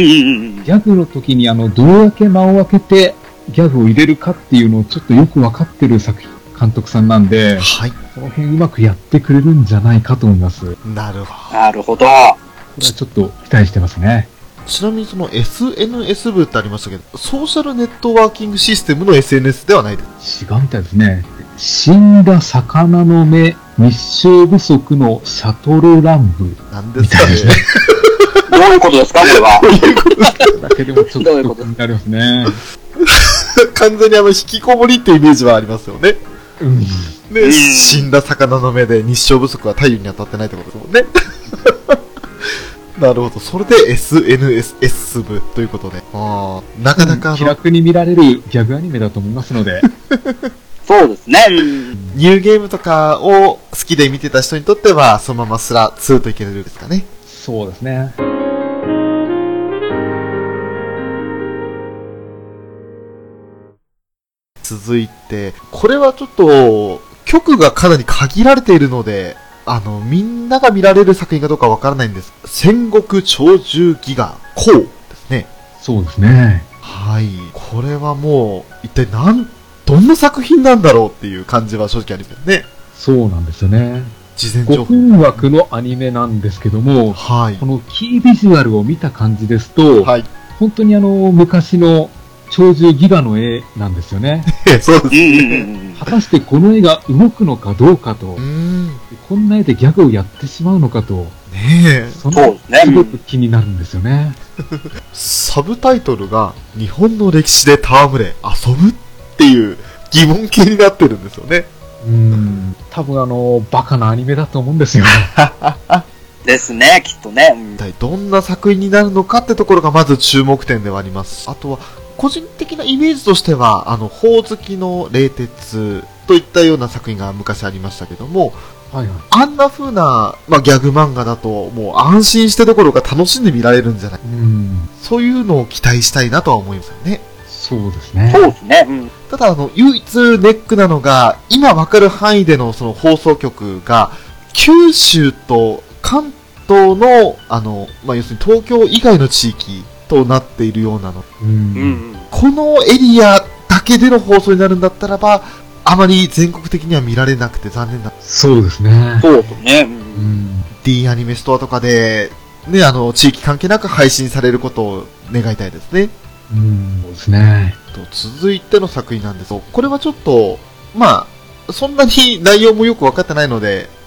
ギャグの時にあの、どうやって間を空けてギャグを入れるかっていうのをちょっとよくわかってる作品、監督さんなんで、 はい。 その辺うまくやってくれるんじゃないかと思います。 なるほど。 なるほど。 これはちょっと期待してますね。 ちなみにその エスエヌエス 部ってありましたけど、ソーシャルネットワーキングシステムの エスエヌエス ではないです。 違うみたいですね。死んだ魚の目、日照不足のシャトルランブ。 なんですかね。 どういうことですかこれは。 どういうことですかだけでもちょっと気になりますね。 完全にあの引きこもりってイメージはありますよね。 うん。 で、うん、死んだ魚の目で日照不足は太陽に当たってないってことですもんね。なるほど。それで エスエヌエス 部ということで。ああ、なかなか、うん、 気楽に見られるギャグアニメだと思いますので。 そうですね。 ニューゲームとかを好きで見てた人にとっては、そのままスラツーといけるんですかね。 そうですね。 続いて、これはちょっと、曲がかなり限られているので、あの、みんなが見られる作品かどうかわからないんです。戦国鳥獣戯画こうですね。 そうですね。 はい。これはもう、一体なん、どんな作品なんだろうっていう感じは正直ありますよね。 そうなんですよね。 事前情報。 ごふん枠のアニメなんですけども、 はい。 このキービジュアルを見た感じですと、はい。本当にあの、昔の鳥獣戯画の絵なんですよね。 そうですね。 果たしてこの絵が動くのかどうかと、うんこんな絵でギャグをやってしまうのかと、 ねえ。 そんなすごく気になるんですよね。 サブタイトルが、日本の歴史で戯れ、遊ぶっていう疑問形になってるんですよね。 うーん。多分あの、バカなアニメだと思うんですよ。 ですね、きっとね。 一体どんな作品になるのかってところがまず注目点ではあります。あとは、個人的なイメージとしては、あの、ほおずきの冷徹といったような作品が昔ありましたけども、 はいはい、 あんな風な、まあ、ギャグ漫画だと、もう安心してどころか楽しんで見られるんじゃない。 うん。 そういうのを期待したいなとは思いますよね。 そうですね。 そうですね。うん、 ただ、あの、唯一ネックなのが、今わかる範囲でのその放送局が、九州と関東の、あの、まあ、要するに東京以外の地域となっているようなの。 うん。 このエリアだけでの放送になるんだったらば、あまり全国的には見られなくて残念だ。 そうですね。 そうですね。うん。 D アニメストアとかで、ね、あの、地域関係なく配信されることを願いたいですね。 うん、そうですね。 と続いての作品なんですが、これはちょっと、まあ、そんなに内容もよく分かってないので、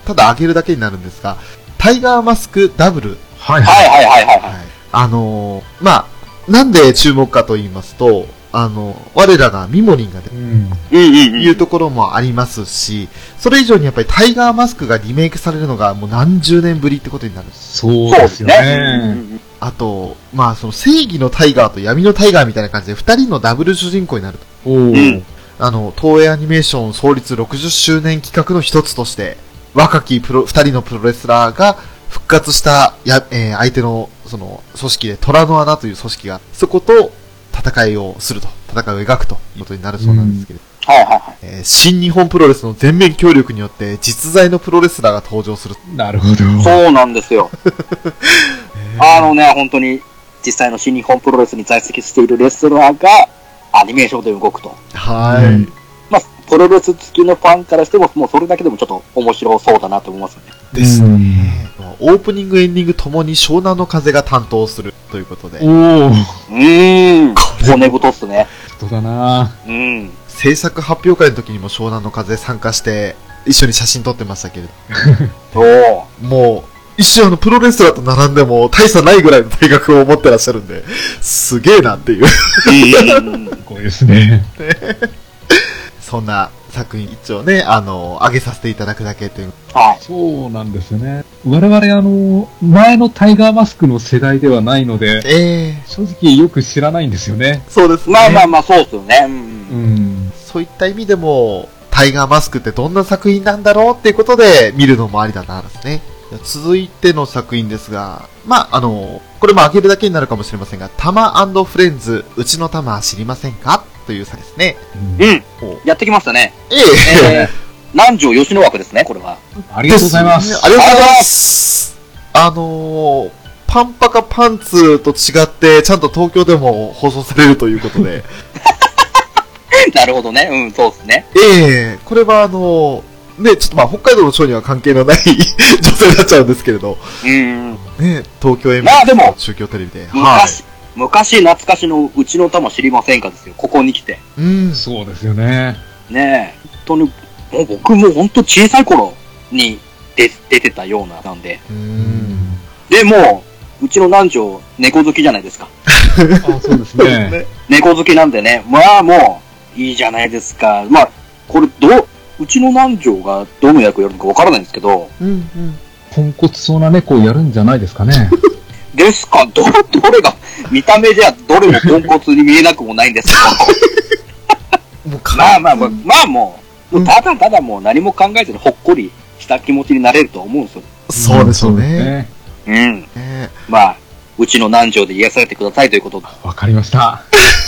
ただ上げるだけになるんですが、タイガーマスクダブル。 はいはいはいはいはい。 はい。あのー、まあ、なんで注目かと言いますと、あの、我らがミモリンがね、 うん。 うんうんうん。 いうところもありますし、それ以上にやっぱりタイガーマスクがリメイクされるのがもう何十年ぶりってことになる。 そうそうですですよね。 ね。 あと、まあその正義のタイガーと闇のタイガーみたいな感じで二人のダブル主人公になると。 おー。 うんあの、東映アニメーション創立ろくじゅっしゅうねん企画の一つとして、若きプロ、二人のプロレスラーが復活したや、えー相手のその組織で虎の穴という組織が、そこと戦いをすると、戦いを描くということになるそうなんですけれど、 はいはいはい。 えー新日本プロレスの全面協力によって実在のプロレスラーが登場する。 なるほど。 そうなんですよ。あのね、本当に実際の新日本プロレスに在籍しているレスラーがアニメーションで動くと。 はい。 うんまあ、プロレス好きのファンからしても、もうそれだけでもちょっと面白そうだなと思いますよね。 ですね。オープニングエンディングともに湘南の風が担当するということで、 おー。 うーん。骨太っすね。 人だなうん。 制作発表会の時にも湘南の風参加して、一緒に写真撮ってましたけれそう。 ど、もう、一瞬あのプロレスラーと並んでも大差ないぐらいの体格を持ってらっしゃるんで、すげえなっていう、 うん。 すごいですね。 そんな作品一応ね、あの、上げさせていただくだけという。 はい。 そうなんですよね。我々あの、前のタイガーマスクの世代ではないので、 ええ正直よく知らないんですよね。 そうですね。 まあまあまあ、そうっすよね。うんう。ん。 そういった意味でも、タイガーマスクってどんな作品なんだろうっていうことで見るのもありだなですね。続いての作品ですが、まあ、あの、これも上げるだけになるかもしれませんが、タマ&フレンズ、うちのタマ知りませんかという作ですね。 うんうん。やってきましたね。 ええー、南條吉野枠ですね、これは。 ありがとうございます。 ですねありがとうございます。あのー、パンパカパンツと違って、ちゃんと東京でも放送されるということで、 なるほどね。うん、そうですね。 ええこれはあのー、ね、ちょっとまあ北海道のショーには関係のない女性になっちゃうんですけれど、 うん。 ね、東京 エムまあでも中京テレビで。 昔、昔懐かしのうちの玉知りませんかですよ。ここに来て。 い。うん。 そうですよね。 ねえ。本当に、もう僕も本当小さい頃に出出てたような、なんで。 う。 うんで、もう、うちの南條、猫好きじゃないですか。 あ、そうですそうですね。 ね。 猫好きなんでね。まあもう、いいじゃないですか。まあ、これ、どう、うちの南條がどの役やるのかわからないんですけど、 うんうん。 ポンコツそうな猫をやるんじゃないですかね。 ですか、ど、どれが、見た目じゃどれもポンコツに見えなくもないんですけど、 もうかまあまあまあ、まあもう、 うんただただもう何も考えずにほっこりした気持ちになれると思うんですよ。 そうでしょうそね。 うん。 ねまあ、うちの南條で癒されてくださいということで。 わかりました。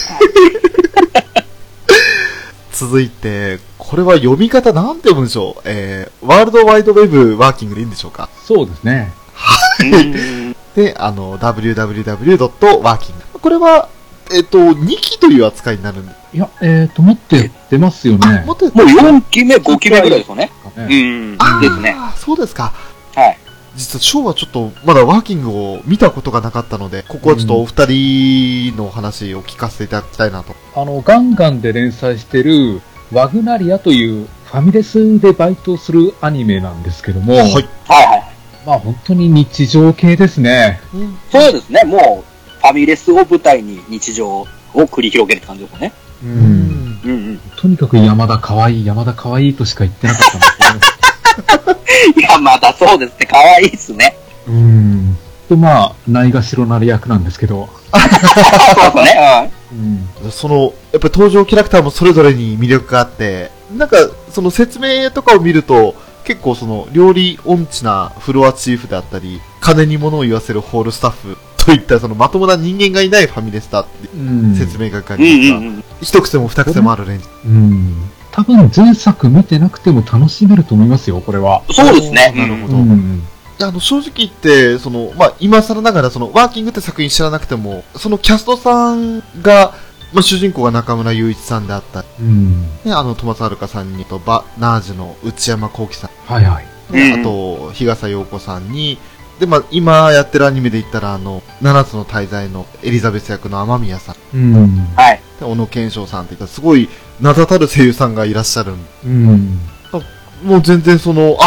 続いて、これは読み方なんて読むんでしょうえー、ワールドワイドウェブワーキングでいいんでしょうかそうですね。 うんで、あの、ダブリューダブリューダブリュードットワーキング。これは、えっ、と、にきという扱いになるんで。 いや、えっ、と、持って出ますよね。 もっともうよんきめ、ごきめぐらいですよね。うねん。 あーですね。 そうですか。 はい。 実は、ショーはちょっと、まだワーキングを見たことがなかったので、ここはちょっとお二人のお話を聞かせていただきたいなと。 あの、ガンガンで連載してる、ワグナリアというファミレスでバイトをするアニメなんですけども、 はい。 はいはい。 まあ本当に日常系ですね。 うんそうですね。もう、ファミレスを舞台に日常を繰り広げるって感じですよね。 う。 うんん。 うんうん。 とにかく山田可愛い、山田可愛いとしか言ってなかったんですいや、まだそうですね。可愛いっすね。 けど。うん。とまあ、ないがしろなる役なんですけど、 あそうですね。 うん。 その、やっぱり登場キャラクターもそれぞれに魅力があって、なんか、その説明とかを見ると、結構その、料理音痴なフロアチーフであったり、金に物を言わせるホールスタッフといったそのまともな人間がいないファミレスだってうん。 説明が書かうん。うれてますが、 んうんうん。 一癖も二癖もあるレンジ。 うん。多分前作見てなくても楽しめると思いますよ、これは。 そうですね。 なるほどうん。 あの、正直言って、その、まあ、今更ながら、その、ワーキングって作品知らなくても、そのキャストさんが、まあ、主人公が中村雄一さんであったり、 うん。 ね、あの、戸松遥さんにと、バ、ナージュの内山幸輝さん、 はいはい。 ねうんあと、日笠陽子さんに、で、まあ、今やってるアニメで言ったら、あの、七つの大罪のエリザベス役の天宮さん、 うん。 はい。 で小野賢章さんっていった、すごい名だたる声優さんがいらっしゃるんうん。 もう全然その、あ、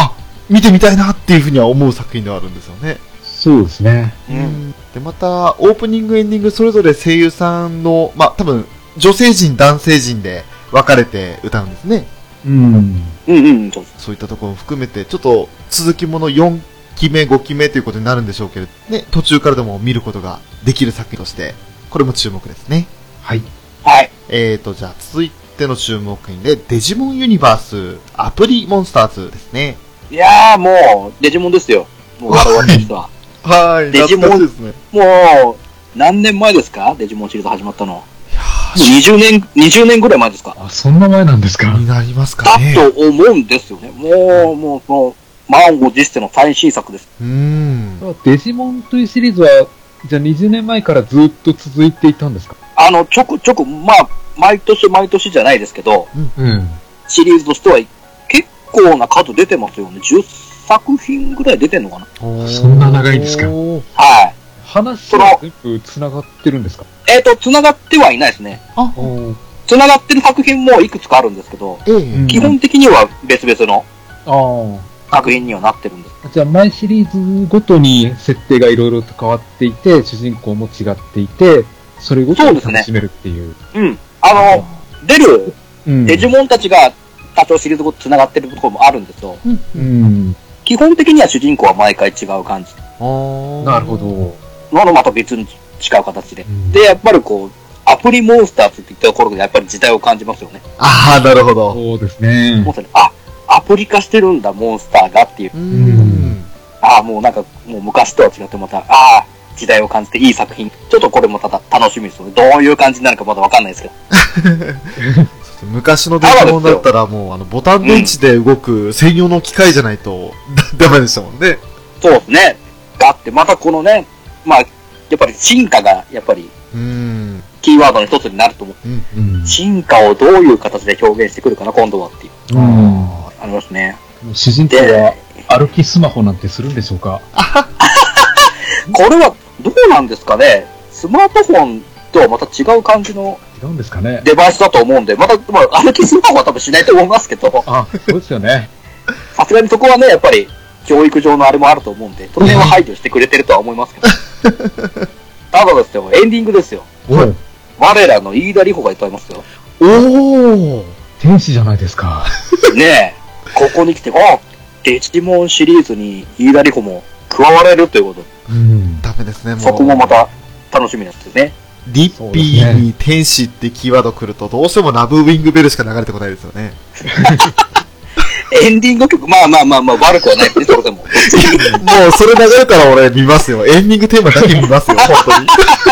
見てみたいなっていうふうには思う作品ではあるんですよね。 そうですね。 うん。 で、また、オープニング、エンディング、それぞれ声優さんの、まあ、多分、女性陣、男性陣で分かれて歌うんですね。 うん。 うんうん、そうです。 そういったところも含めて、ちょっと、続きものよんきめ、ごきめということになるんでしょうけれど、ね、途中からでも見ることができる作品として、これも注目ですね。 はい。 はい。 えーと、じゃあ、続いての注目品で、デジモンユニバース、アプリモンスターズですね。 いやー、もう、デジモンですよ。もう、我々としては。 はい、 デジモンですね。 もう、何年前ですかデジモンシリーズ始まったの。もうにじゅうねん、にじゅうねんぐらい前ですか。 あ、そんな前なんですか。 になりますかだね。 と思うんですよね。もう、もう、もう、満を持しての最新作です。 うーん。 デジモンというシリーズは、じゃあにじゅうねんまえからずっと続いていたんですか？ あの、ちょくちょく、まあ、毎年毎年じゃないですけど、 うん。 シリーズとしては結構な数出てますよね。じゅっさく品ぐらい出てんのかな。 そんな長いんですか？ おーはい。 話は全部繋がってるんですか？ えっ、と、繋がってはいないですね。 あ、 おー繋がってる作品もいくつかあるんですけど、 ええうん基本的には別々のあ作品にはなってるんです。 あ。じゃあ、毎シリーズごとに設定がいろいろと変わっていて、主人公も違っていて、それごとに楽しめるっていう。 うん。あの、出るうん。 デジモンたちが多少シリーズごと繋がってるところもあるんですよ。 うん。 基本的には主人公は毎回違う感じ。 なるほど。 ののまた別に違う形で。 うんで、やっぱりこう、アプリモンスターズって言ったところでやっぱり時代を感じますよね。 ああ、なるほど。 そうですねモン。スターにあ、アプリ化してるんだ、モンスターがっていう。 うーん。 ああ、もうなんか、もう昔とは違ってまた、ああ、時代を感じていい作品。ちょっとこれもただ楽しみですよね。どういう感じになるかまだわかんないですけど。 昔のデジモンだったらもう、あの、ボタン電池で動く専用の機械じゃないと、ダメでしたもんね。 そうですね。だってまたこのね、まあ、やっぱり進化が、やっぱり、 うーん。 キーワードの一つになると思う。 うん。 うん。 進化をどういう形で表現してくるかな、今度はっていう。 うんありますね。 主人公は歩きスマホなんてするんでしょうか？ これはどうなんですかね。スマートフォンとはまた違う感じの違うんですかね？ デバイスだと思うんで、また、まあ、歩きスマホは多分しないと思いますけど、 あ、そうですよね。 さすがにそこはね、やっぱり、教育上のあれもあると思うんで、その辺は配慮してくれてるとは思いますけど。ただですよ、エンディングですよ。 はい。 我らの飯田里穂が歌いますよ。 おー。 天使じゃないですか。 ねえ、ここに来て、あ、デジモンシリーズに飯田里穂も加われるということで、 うん。 ダメですね、もう。 そこもまた楽しみなんですよね。 リッピーに天使ってキーワード来ると、どうしてもラブウィングベルしか流れてこないですよね。 エンディング曲、まあまあまあまあ悪くはないですね、それでも。 もうそれ流れたら俺見ますよ。エンディングテーマだけ見ますよ、本当に。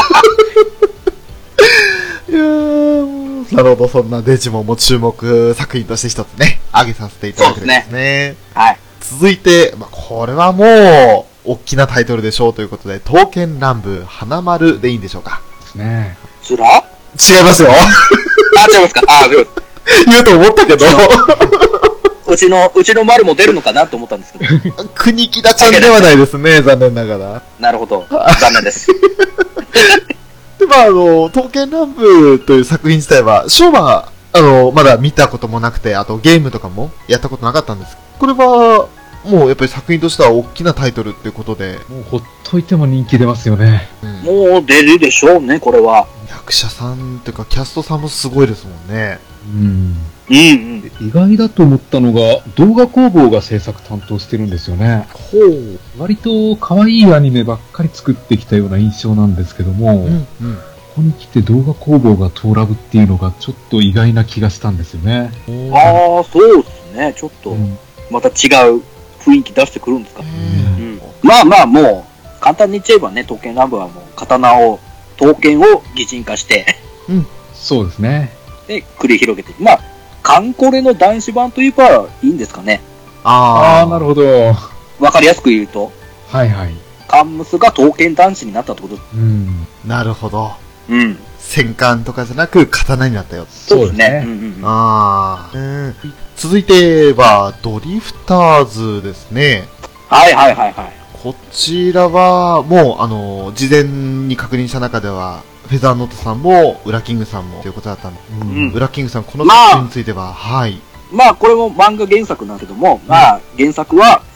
いやー、なるほど、そんなデジモンも注目作品として一つね、挙げさせていただくんですね。 はい。 続いて、まあ、これはもう、大きなタイトルでしょうということで、刀剣乱舞、花丸でいいんでしょうか。 ですね。 ずら違いますよ。 あ、違いますか。あ、違います。 言うと思ったけど、 うちの、うちの丸も出るのかなと思ったんですけど。 国木田ちゃんではないですね、残念ながら。 なるほど。残念です。 で、まあ、あの、刀剣乱舞という作品自体は、ショーは、あの、まだ見たこともなくて、あとゲームとかもやったことなかったんです。これは、もうやっぱり作品としては大きなタイトルっていうことで、 もうほっといても人気出ますよね。 うん、 もう出るでしょうね、これは。 役者さんというかキャストさんもすごいですもんね。 うん。 うんうん。 意外だと思ったのが、動画工房が制作担当してるんですよね。 ほう。 割と可愛いアニメばっかり作ってきたような印象なんですけども、 うんうん。 ここに来て動画工房がトーラブっていうのがちょっと意外な気がしたんですよね。 ああ、そうですね。ちょっとう、ん。 また違う雰囲気出してくるんですか。 ううんん。まあまあ、もう、簡単に言っちゃえばね、刀剣乱舞はもう、刀を、刀剣を擬人化して、 そうですね。 で、繰り広げていく。まあ、カンコレの男子版といえばいいんですかね。 あああ、なるほど。 わかりやすく言うと、 はいはい。 カンムスが刀剣男子になったってこと。 うん。 なるほど。 うん。 戦艦とかじゃなく刀になったよ。 そうですね。うんうんうん。 ああ。うん続いては、ドリフターズですね。 はいはいはいはい。 こちらは、もう、あの、事前に確認した中では、フェザーノートさんも、ウラキングさんも、ということだったんで、 うんウラキングさん、この作品については、はい。 まあ、これも漫画原作なんだけども、まあ、原作は、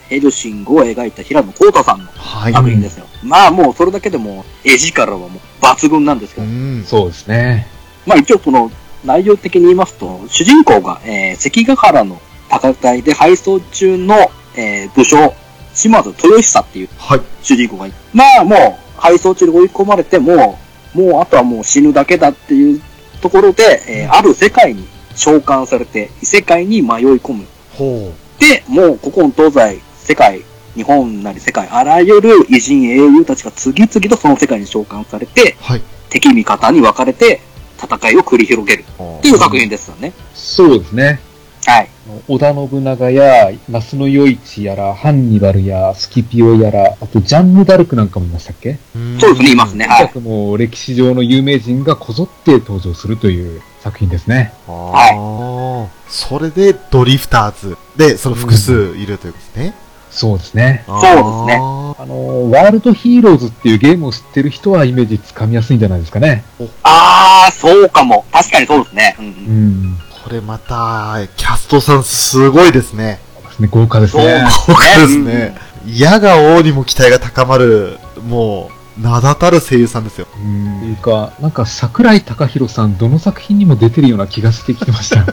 ヘルシングを描いた平野浩太さんのはい。 作品ですよ。まあもうそれだけでも絵力はもう抜群なんですけど、 うん。 そうですね。 まあ一応その内容的に言いますと、主人公が、えー、関ヶ原の戦いで敗走中の、えー、武将、島津豊久っていうはい。 主人公がいて、まあもう敗走中に追い込まれても、もうあとはもう死ぬだけだっていうところで、えー、ある世界に召喚されて、異世界に迷い込む。 ほで、もうここの東西、世界、日本なり世界、あらゆる偉人英雄たちが次々とその世界に召喚されて、 う。はい。 敵味方に分かれて戦いを繰り広げるっていう作品ですよね。 そうですね。 はい。 織田信長や、那須与一やら、ハンニバルや、スキピオやら、あとジャンヌ・ダルクなんかもいましたっけ？ そうですね、いますね。はい。 とにかくもう歴史上の有名人がこぞって登場するという作品ですね。 はい。それで、ドリフターズ。で、その複数いるということですね。 そうですね。 そうですね。 ああの、ワールドヒーローズっていうゲームを知ってる人はイメージつかみやすいんじゃないですかね。 あー、そうかも。確かにそうですね。うんう。 うんん。 ーこれまた、キャストさんすごいですね。 そうですね、豪華ですね。 豪華ですね。矢が王にも期待が高まる、もう、名だたる声優さんですよ。 うん。っていうか、なんか桜井貴弘さん、どの作品にも出てるような気がしてきてました。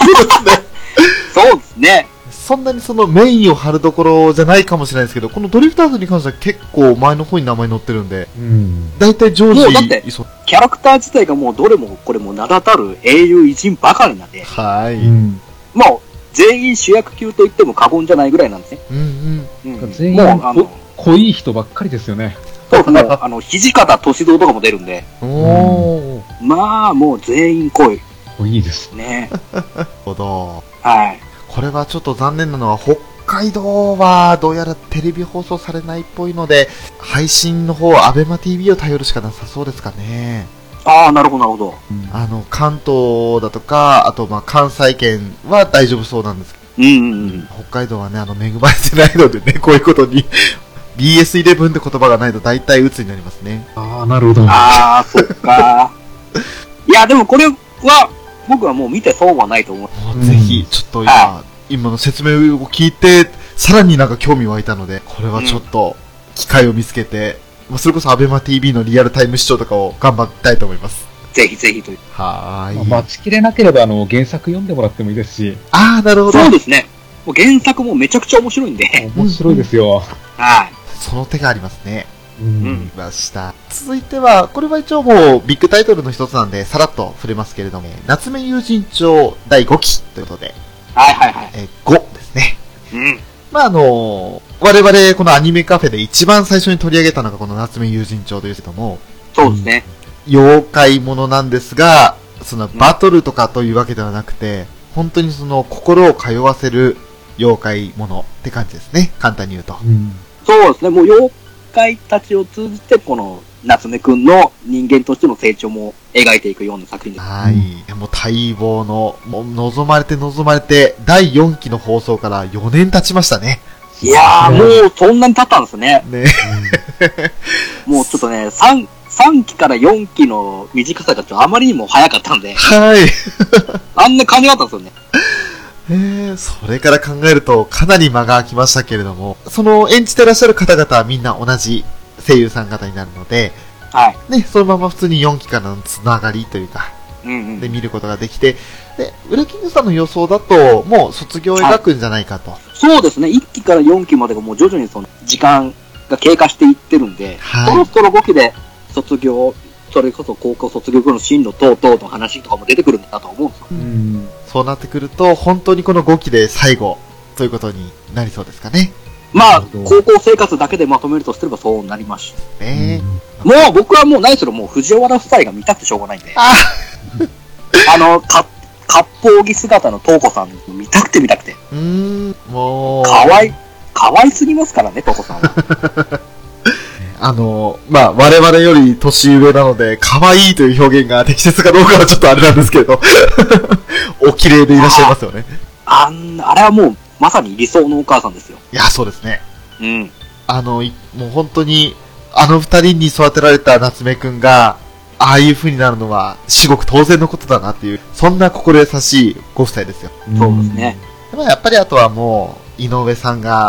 そうですね。 そんなにそのメインを張るところじゃないかもしれないですけど、このドリフターズに関しては結構前の方に名前載ってるんで、 うん。 だいたい常時もうだっていそう。 キャラクター自体がもうどれもこれも名だたる英雄偉人ばかりなんで、 はい。 ううんん。 もう全員主役級と言っても過言じゃないぐらいなんですね。 うん。 うん。 全員もう、あの、 濃い人ばっかりですよね。 そうですね。あの、土方歳三とかも出るんで、 おー。 まあもう全員濃い。 濃いです。 ね。 なるほど。 はい。 これはちょっと残念なのは、北海道はどうやらテレビ放送されないっぽいので、配信の方、アベマ ティービー を頼るしかなさそうですかね。 ああ、なるほど、なるほど。 うんあの、関東だとか、あと、まあ、関西圏は大丈夫そうなんですけうんうんうん。 ど、北海道はね、あの、恵まれてないのでね、こういうことに、ビーエスイレブン って言葉がないと大体鬱になりますね。 ああ、なるほど。 ああ、そっか。いや、でもこれは、僕はもう見て損はないと思う。 もうぜひ、ちょっと今、 は今の説明を聞いて、さらになんか興味湧いたので、これはちょっと、機会を見つけて、まあそれこそアベマ ティービー のリアルタイム視聴とかを頑張りたいと思います。 ぜひぜひという。 はーい。 まあ待ちきれなければ、あの、原作読んでもらってもいいですし、 あー、なるほど。 そうですね。もう原作もめちゃくちゃ面白いんで。 面白いですよ。 はい。 その手がありますね。 ううんん。 いました。続いては、これは一応もうビッグタイトルの一つなんで、さらっと触れますけれども、夏目友人帳だいごきということで、 はいはいはい。 えー、ごですね。 うん。 まああの我々このアニメカフェで一番最初に取り上げたのがこの夏目友人帳というけども、 そうですね。 妖怪ものなんですが、そのバトルとかというわけではなくて、本当にその心を通わせる妖怪ものって感じですね。簡単に言うと。 うん。 そうですね。もう妖怪たちを通じて、この夏目くんの人間としての成長も描いていくような作品です。 はい。もう待望の、もう望まれて望まれて、だいよんきの放送からよねん経ちましたね。 いやー、もうそんなに経ったんですね。 ね。 もうちょっとね、さん、さんきからよんきの短さがちょっとあまりにも早かったんで、 はい。 あんな感じだったんですよね。 えー、それから考えるとかなり間が空きましたけれども、その演じてらっしゃる方々はみんな同じ声優さん方になるので、 はい。 ね、そのまま普通によんきからのつながりというか、 うんうん。 で見ることができて、で、ウラキングさんの予想だと、もう卒業を描くんじゃないかと。 そうですね。いっきからよんきまでがもう徐々にその時間が経過していってるんで、 はいそろそろごきで卒業、それこそ高校卒業後の進路等々の話とかも出てくるんだと思うんですよ。 うん。 そうなってくると、本当にこのごきで最後ということになりそうですかね。 まあ、 なるほど高校生活だけでまとめるとすればそうなりますし。 ねもう僕はもう何しろもう藤原夫妻が見たくてしょうがないんで。 ああの、か、割烹着姿の東子さん見たくて見たくて。 うーん、もう、 かわい、かわいすぎますからね、東子さんは。 あの、まあ、我々より年上なので、可愛いという表現が適切かどうかはちょっとあれなんですけど、お綺麗でいらっしゃいますよね。 あん、あれはもう、まさに理想のお母さんですよ。 いや、そうですね。 うん。 あの、いもう本当に、あの二人に育てられた夏目くんが、ああいう風になるのは、至極当然のことだなっていう、そんな心優しいご夫妻ですよ。 そうですね。 まあ、やっぱりあとはもう、井上さんが、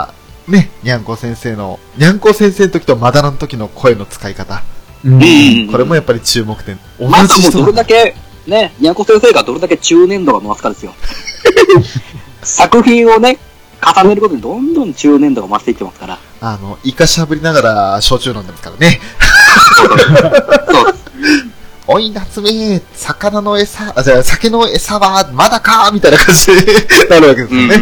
ね、にゃんこ先生の、にゃんこ先生の時とまだらの時の声の使い方。 うん。 これもやっぱり注目点。同まじ人ずもうどれだけ、ね、にゃんこ先生がどれだけ中年度が増すかですよ。作品をね、重ねることにどんどん中年度が増していってますから。 あの、イカしゃぶりながら焼酎飲んでますからね。 そうです。 おい、夏目、魚の餌、あ、じゃあ、酒の餌はまだかみたいな感じになるわけですよね。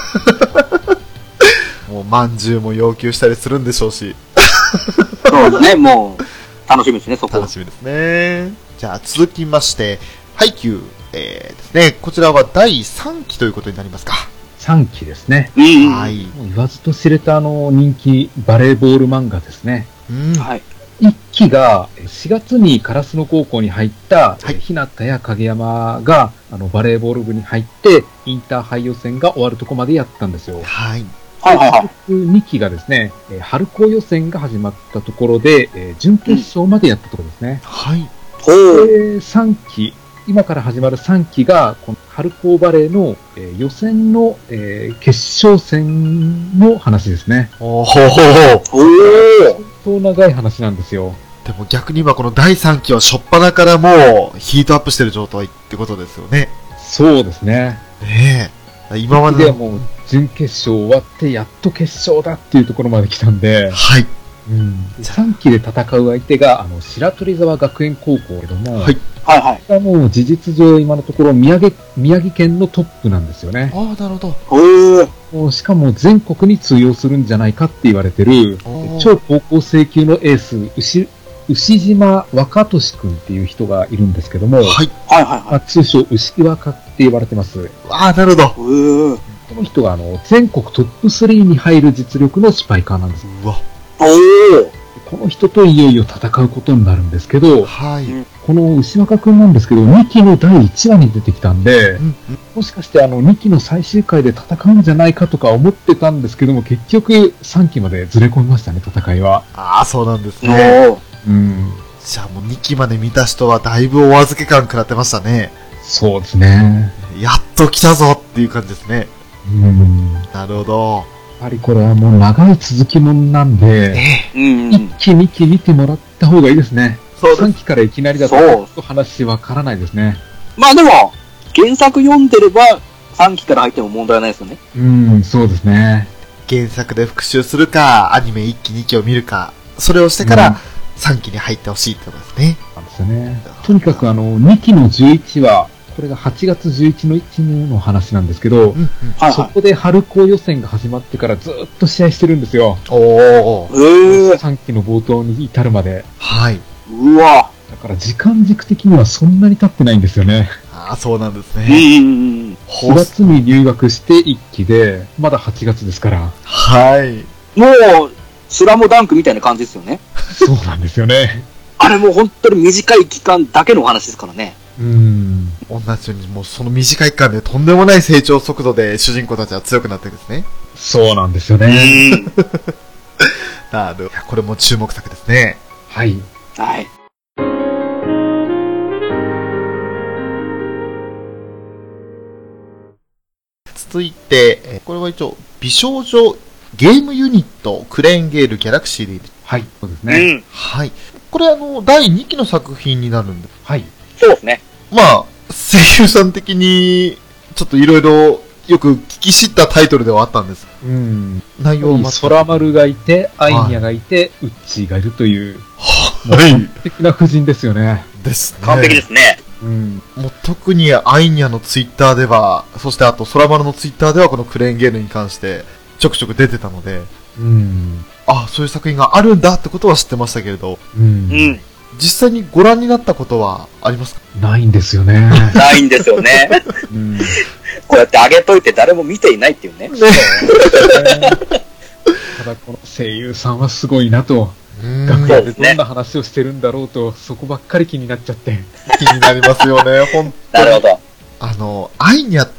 うん、もう、まんじゅうも要求したりするんでしょうし。 そうですね、もう、楽しみですね、そこ。 楽しみですね。じゃあ、続きまして、ハイキュー、えー、ですね、こちらはだいさんきということになりますか。 さんきですね。 はい。 言わずと知れたあの人気バレーボール漫画ですね。 うん。 はい。 いっきがしがつに烏野高校に入った、はい、日向や影山があのバレーボール部に入ってインターハイ予選が終わるとこまでやったんですよ。 はい。 はいはいはい。 にきがですね、春高予選が始まったところで、えー、準決勝までやったところですね。 うん、はい。 で、さんき、今から始まるさんきが、この春高バレーの、えー、予選の、えー、決勝戦の話ですね。 おーほーほーほー。 相当長い話なんですよ。 でも逆に今このだいさんきは初っ端からもうヒートアップしてる状態ってことですよね。 そうですね。 ねえ。今まででもう準決勝終わってやっと決勝だっていうところまで来たんで。 はい。 うん、さんきで戦う相手が、あの、白鳥沢学園高校けども、 はい。 はいはい。 これはもう事実上今のところ宮城、宮城県のトップなんですよね。 ああ、なるほど。 へえ。 もうしかも全国に通用するんじゃないかって言われてる、超高校生級のエース、牛、牛島若俊くんっていう人がいるんですけども、はい。 はいはいはい。 まあ、通称牛若って言われてます。 ああ、なるほど。 へえ。 この人があの、全国トップスリーに入る実力のスパイカーなんです。 うわ。 おー。 この人といよいよ戦うことになるんですけど、 はい。 この牛若くんなんですけど、にきのだいいちわに出てきたんで、うんうん、もしかしてあのにきの最終回で戦うんじゃないかとか思ってたんですけども、結局さんきまでずれ込みましたね、戦いは。 ああ、そうなんですね。 うん。 じゃあもうにきまで見た人はだいぶお預け感食らってましたね。 そうですね。 やっと来たぞっていう感じですね。 うん。 なるほど。 やはりこれはもう長い続きもんなんで、 ええ、 いっきにき見てもらった方がいいですね。 そうです。 さんきからいきなりだとちょっと話わからないですね。 まあでも、原作読んでればさんきから入っても問題ないですよね。 うん、そうですね。 原作で復習するか、アニメいっきにきを見るか、それをしてからさんきに入ってほしいってことですね。 そうですね。とにかくあの、にきのじゅういちわ、これがはちがつじゅういちにちの話なんですけど、うんうん、そこで春高予選が始まってからずっと試合してるんですよ。 おー。 さんきの冒頭に至るまで。 はい。 うわ。 だから時間軸的にはそんなに経ってないんですよね。 ああ、そうなんですね。 しがつに入学していっきで、まだはちがつですから。 はい。 もう、スラムダンクみたいな感じですよね。 そうなんですよね。 あれもう本当に短い期間だけのお話ですからね。 うん。 同じように、もうその短い期間でとんでもない成長速度で主人公たちは強くなってるんですね。 そうなんですよね。 なるほど。これも注目作ですね。 はい。 はい。 続いて、これは一応、美少女ゲームユニット、クレーンゲールギャラクシーでいる。 はい。そうですね。 うん、 はい。これあの、だいにきの作品になるんです。 はい。 そうですね。 まあ、声優さん的に、ちょっといろいろよく聞き知ったタイトルではあったんです。 うん。 内容は空丸がいて、アイニャがいて、はい、ウッチーがいるという、 はい。 完璧な夫人ですよね。 ですね。 完璧ですね。 うん。もう特にアイニャのツイッターでは、そしてあと空丸のツイッターではこのクレーンゲールに関してちょくちょく出てたので、 うん。 あ、そういう作品があるんだってことは知ってましたけれど、 うん。 うん実際にご覧になったことはありますか？ ないんですよね。 ないんですよね。 うん、 こうやって上げといて誰も見ていないっていうね。ねただこの声優さんはすごいなと。楽屋でどんな話をしてるんだろうと、そこばっかり気になっちゃって。 気になりますよね、本当に。 なるほど。 あの、アイニャって、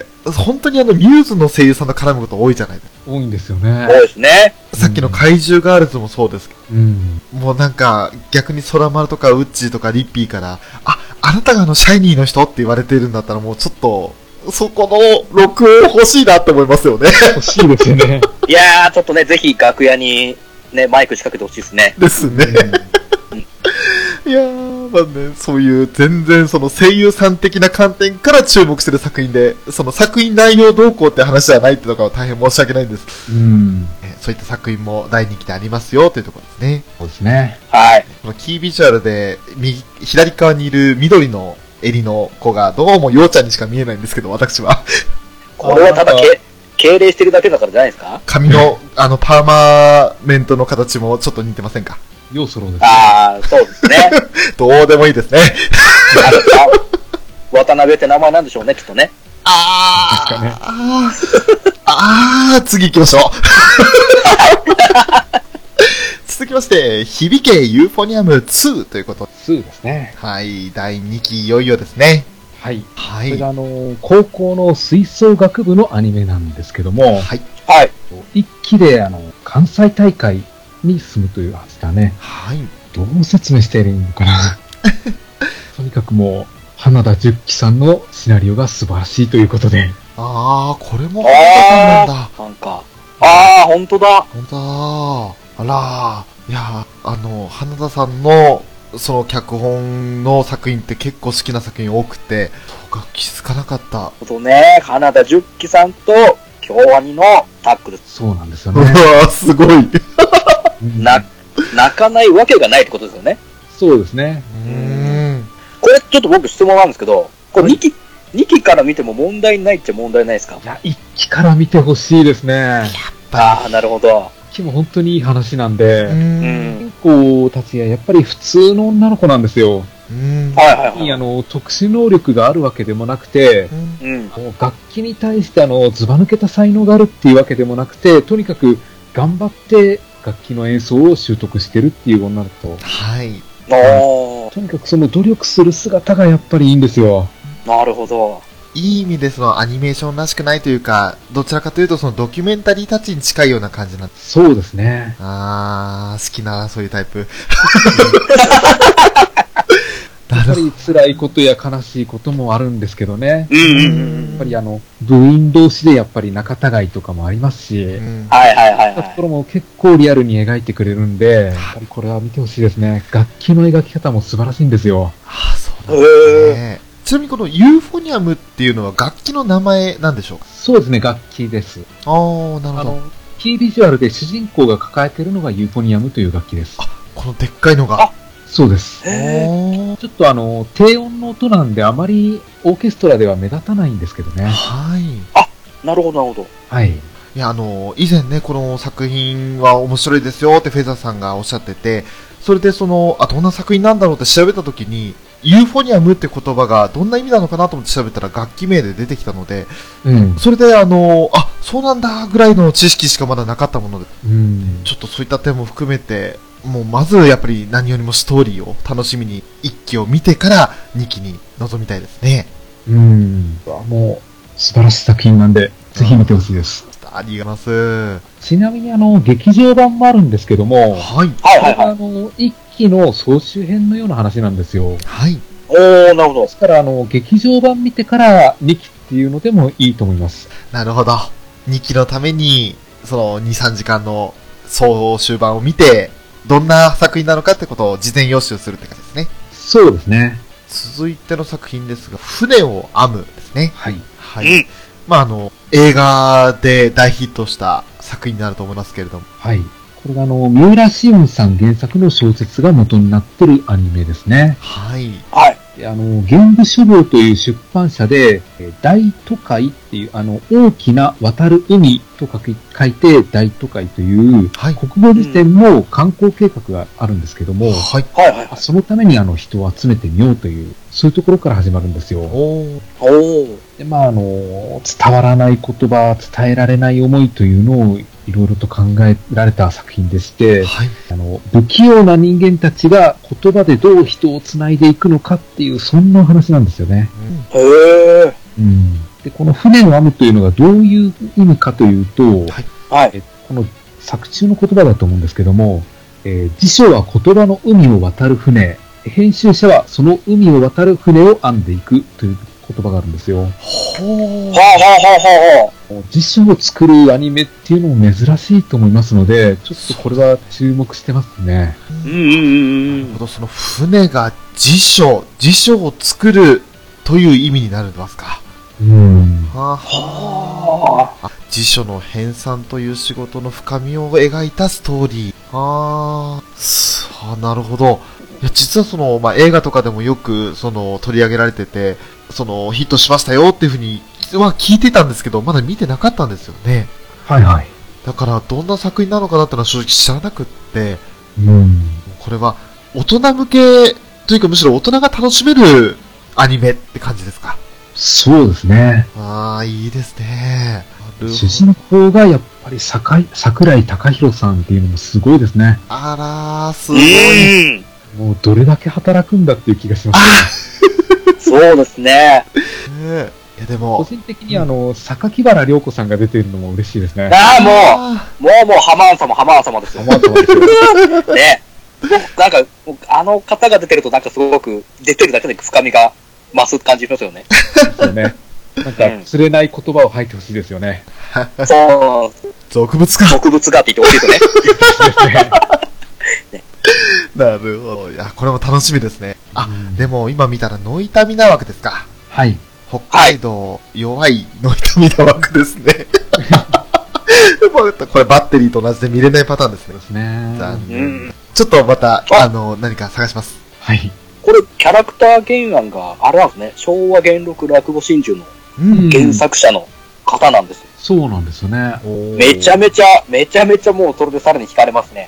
本当にあの、ミューズの声優さんと絡むこと多いじゃないですか。 多いんですよね。 多いですね。 さっきの怪獣ガールズもそうですけど、 うん、 もうなんか、逆に空丸とかウッチーとかリッピーから、あ、あなたがあの、シャイニーの人って言われているんだったらもうちょっと、 そこの録音欲しいなって思いますよね。 欲しいですよね。 いやー、ちょっとね、ぜひ楽屋にね、マイク仕掛けてほしいですね。 ですね。いやー、まあね、そういう全然その声優さん的な観点から注目してる作品で、その作品内容どうこうって話じゃないってところは大変申し訳ないんです。 うん。 えそういった作品も大人気でありますよというところですね。 そうですね。 はい。 このキービジュアルで右、左側にいる緑の襟の子がどうもようちゃんにしか見えないんですけど、私は。 これはただけ、敬礼してるだけだからじゃないですか？ 髪の、あの、パーマメントの形もちょっと似てませんか？ 要素ローです。 ああ、そうですね。 どうでもいいですね。 あれあ渡辺って名前なんでしょうね、きっとね。 あー、 ですかねあー、あー、次行きましょう。続きまして、響けユーフォニアムツーということで。 ツーですね。 はい、だいにきいよいよですね。 はい。 はい。 これがあの、高校の吹奏楽部のアニメなんですけども、 はい。 はい。 一期であの、関西大会に進むというはずだね。 はい。 どう説明していいのかな。とにかくもう、花田十喜さんのシナリオが素晴らしいということで。 あー、これも花田さんなんだ。 なんか。ああ、ほんとだ。 ほんとだ。あらー。いやー、あの、花田さんの、その脚本の作品って結構好きな作品多くて、そうか、気づかなかった。 そうね、花田十喜さんと京アニのタッグです。 そうなんですようわね。 ー、すごい。 うんな、泣かないわけがないってことですよね。 そうですね。 うーん。 これちょっと僕質問なんですけど、これにき、にきから見ても問題ないっちゃ問題ないですか？ いや、一期から見てほしいですね。 ああ、なるほど。 一期も本当にいい話なんで、 うー。 うんん。 主人公たちはやっぱり普通の女の子なんですよ。 うん。 はいはいはい。 あの、特殊能力があるわけでもなくて、 うんうん。 もう楽器に対してあの、ずば抜けた才能があるっていうわけでもなくて、とにかく頑張って楽器の演奏を習得してるっていう女の子。 はい。 おー、 とにかくその努力する姿がやっぱりいいんですよ。 なるほど。 いい意味でそのアニメーションらしくないというか、どちらかというとそのドキュメンタリータッチに近いような感じなんです。 そうですね。 あー、好きな、そういうタイプ。 やっぱり辛いことや悲しいこともあるんですけどね。 うんうんうん。 やっぱりあの、部員同士でやっぱり仲違いとかもありますし、 うんはいはいはいそういったとこはい。 ろも結構リアルに描いてくれるんで、やっぱりこれは見てほしいですね。楽器の描き方も素晴らしいんですよ。 あー、そうなんでへすね。ちなみにこのユーフォニアムっていうのは楽器の名前なんでしょうか？ そうですね、楽器です。 あー、なるほど。 あの、キービジュアルで主人公が抱えているのがユーフォニアムという楽器です。 このでっかいのが。 そうです。 へー。 おー。 ちょっとあの、低音の音なんであまりオーケストラでは目立たないんですけどね。 はい。 なるほどなるほど。 はい。 いや、あの、以前ね、この作品は面白いですよってフェザーさんがおっしゃってて、それでその、あ、どんな作品なんだろうって調べたときに、ユーフォニアムって言葉がどんな意味なのかなと思って調べたら楽器名で出てきたので、 うん。 それであの、あ、そうなんだぐらいの知識しかまだなかったもので、 うん。 ちょっとそういった点も含めて、もうまずやっぱり何よりもストーリーを楽しみにいっきを見てからにきに臨みたいですね。 うん。もう、素晴らしい作品なんで、ぜひ見てほしいです。 ありがとうございます。 ちなみにあの、劇場版もあるんですけども、 はい。 はいこれがはいはい。 あの、一期の総集編のような話なんですよ。 はい。 おー、なるほどで。すから、あの、劇場版見てからにきっていうのでもいいと思います。 なるほど。にきのために、そのに、さんじかんの総集版を見て、どんな作品なのかってことを事前予習するって感じですね。 そうですね。 続いての作品ですが、船を編むですね。 はい。 はい。 うん。 まあ、あの、映画で大ヒットした作品になると思いますけれども。 はい。これがあの、三浦紫音さん原作の小説が元になってるアニメですね。 はい。 はい。 であの、玄武書房という出版社で、えー大都会っていう、あの、大きな渡る海と書き書いて大都会という、 はい。 国語辞典の観光計画があるんですけども、 はい。 はいはいはい。 そのためにあの、人を集めてみようという、そういうところから始まるんですよ。 おー。 おー。 で、まあ、あの、伝わらない言葉、伝えられない思いというのをいろいろと考えられた作品でして、 はい。 あの、不器用な人間たちが言葉でどう人を繋いでいくのかっていう、そんなお話なんですよね。 へー。 うん。で、この船を編むというのがどういう意味かというと、 はいはい。 えこの作中の言葉だと思うんですけども、えー辞書は言葉の海を渡る船、編集者はその海を渡る船を編んでいくという言葉があるんですよ。 ほー。 はあはあはあは辞書を作るアニメっていうのも珍しいと思いますので、ちょっとこれは注目してますね。 あ。うんうんうんうん。 なるほど、その船が辞書、辞書を作るという意味になるんですか。 うん。 はあ、ははあ。 あ、辞書の編纂という仕事の深みを描いたストーリー。ああ、すあ、なるほど。いや、実はその、まあ、映画とかでもよく、その、取り上げられてて、その、ヒットしましたよっていうふうに、は聞いてたんですけど、まだ見てなかったんですよね。 はいはい。 だから、どんな作品なのかなってのは正直知らなくって、 うん。 これは、大人向け、というかむしろ大人が楽しめるアニメって感じですか。 そうですね。 ああ、いいですね。なるほど。 主人公がやっぱり坂井桜井貴弘さんっていうのもすごいですね。 あらー、すうごい。 ーん。 もうどれだけ働くんだっていう気がしますね。 そうですね。 ねえ。いや、で個も、 人的にあの、榊原涼子さんが出ているのも嬉しいですね。 ああ、もあう、もうもう、ハマーン様、ハマーン様ですよ。 思ってますよ。 ね。なんか、もうあの方が出てると、なんかすごく、出てるだけで深みが増す感じしますよね。 ですよね。なんか、釣れない言葉を吐いてほしいですよね。 そう、 俗物か。 植物がって言ってほしいですよね。 なるほど。いや、これも楽しみですね。あ、 うんでも今見たらノイタミなわけですか。 はい。 北海道、弱いノイタミなわけですね。これバッテリーと同じで見れないパターンですねそうで。すね。 残念。 うん。 ちょっとまた、 ああの、何か探します。 はい。 これ、キャラクター原案が、あれなんですね。昭和元禄落語真珠のうん原作者の方なんですよ。 そうなんですよね。 めちゃめちゃ、めちゃめちゃもうそれでさらに惹かれますね。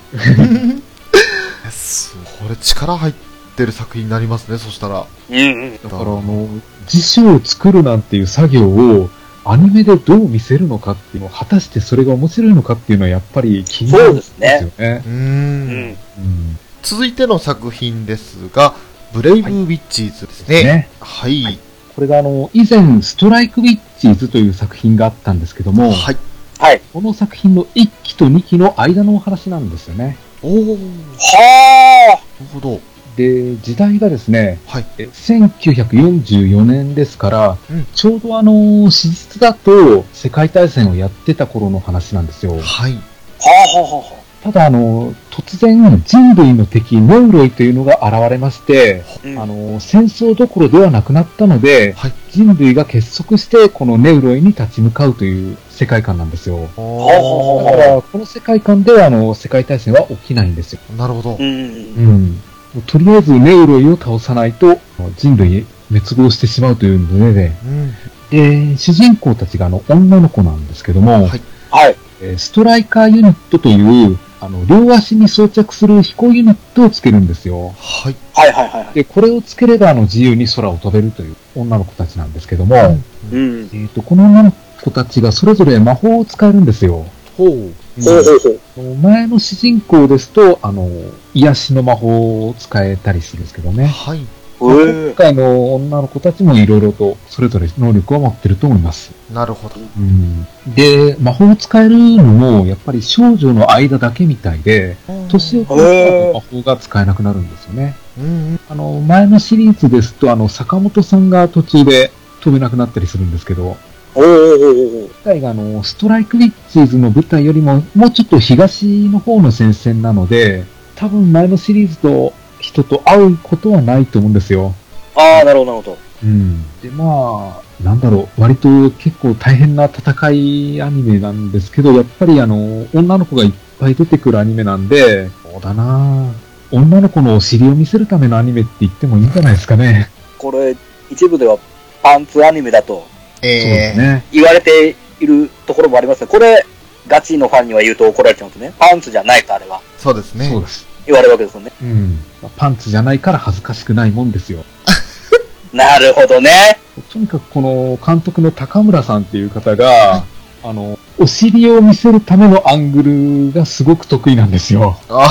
すこれ力入ってる作品になりますね、そしたら。 うんうん。 だからあの、辞書を作るなんていう作業をアニメでどう見せるのかっていうのを、果たしてそれが面白いのかっていうのはやっぱり気になるんですよね。 うー。 うんん。 うん。 続いての作品ですが、ブレイブウィッチーズですね。 ね。 はい。 はいこれがあの、以前、ストライクウィッチーズという作品があったんですけども、 はい。 はい。 この作品のいっきとにきの間のお話なんですよね。 おー。なるはほど。 で、時代がですね、 はい。 えせんきゅうひゃくよんじゅうよねんですから、 うんちょうどあの、史実だと世界大戦をやってた頃の話なんですよ。 はい。 あ。はあはあはあ。 ただあの、突然人類の敵、ネウロイというのが現れまして、 うんあの、戦争どころではなくなったので、 はい。 人類が結束してこのネウロイに立ち向かうという世界観なんですよ。 おだから、この世界観ではあの、世界大戦は起きないんですよ。 なるほど。 うん。 うん。とりあえずネウロイを倒さないと人類滅亡してしまうというので、 うん。 で、主人公たちがあの、女の子なんですけども、 はい。 はい。 えーストライカーユニットという、あの、両足に装着する飛行ユニットをつけるんですよ。 はい。 はいはいはいはい。 で、これをつければ、あの、自由に空を飛べるという女の子たちなんですけども、 うん。 えっ、と、この女の子たちがそれぞれ魔法を使えるんですよ。 ほう。 ほうほうほう。 前の主人公ですと、あの、癒しの魔法を使えたりするんですけどね。 はい。 まあ今へ回の女の子たちもいろいろとそれぞれ能力を持ってると思います。 なるほど。 うん、で、魔法を使えるのもやっぱり少女の間だけみたいで、年を取ると魔法が使えなくなるんですよね。 うん。 あの、前のシリーズですと、あの、坂本さんが途中で飛べなくなったりするんですけど、 おーおーおーおー舞台があの、ストライクウィッチーズの舞台よりももうちょっと東の方の戦線なので、多分前のシリーズと人と会うことはないと思うんですよ。 ああ、なるほどなるほど。 うん。で、まあ、なんだろう、割と結構大変な戦いアニメなんですけど、やっぱりあの、女の子がいっぱい出てくるアニメなんで、そうだな女の子のお尻を見せるためのアニメって言ってもいいんじゃないですかね。 これ、一部ではパンツアニメだとそうでえすね。 言われているところもありますね。これ、ガチのファンには言うと怒られちゃうんですね。パンツじゃないとあれはー、そうですね。 そうです。 言われるわけですよね。 うん。パンツじゃないから恥ずかしくないもんですよ。 なるほどね。 とにかくこの監督の高村さんっていう方が、あの、お尻を見せるためのアングルがすごく得意なんですよ。 あ、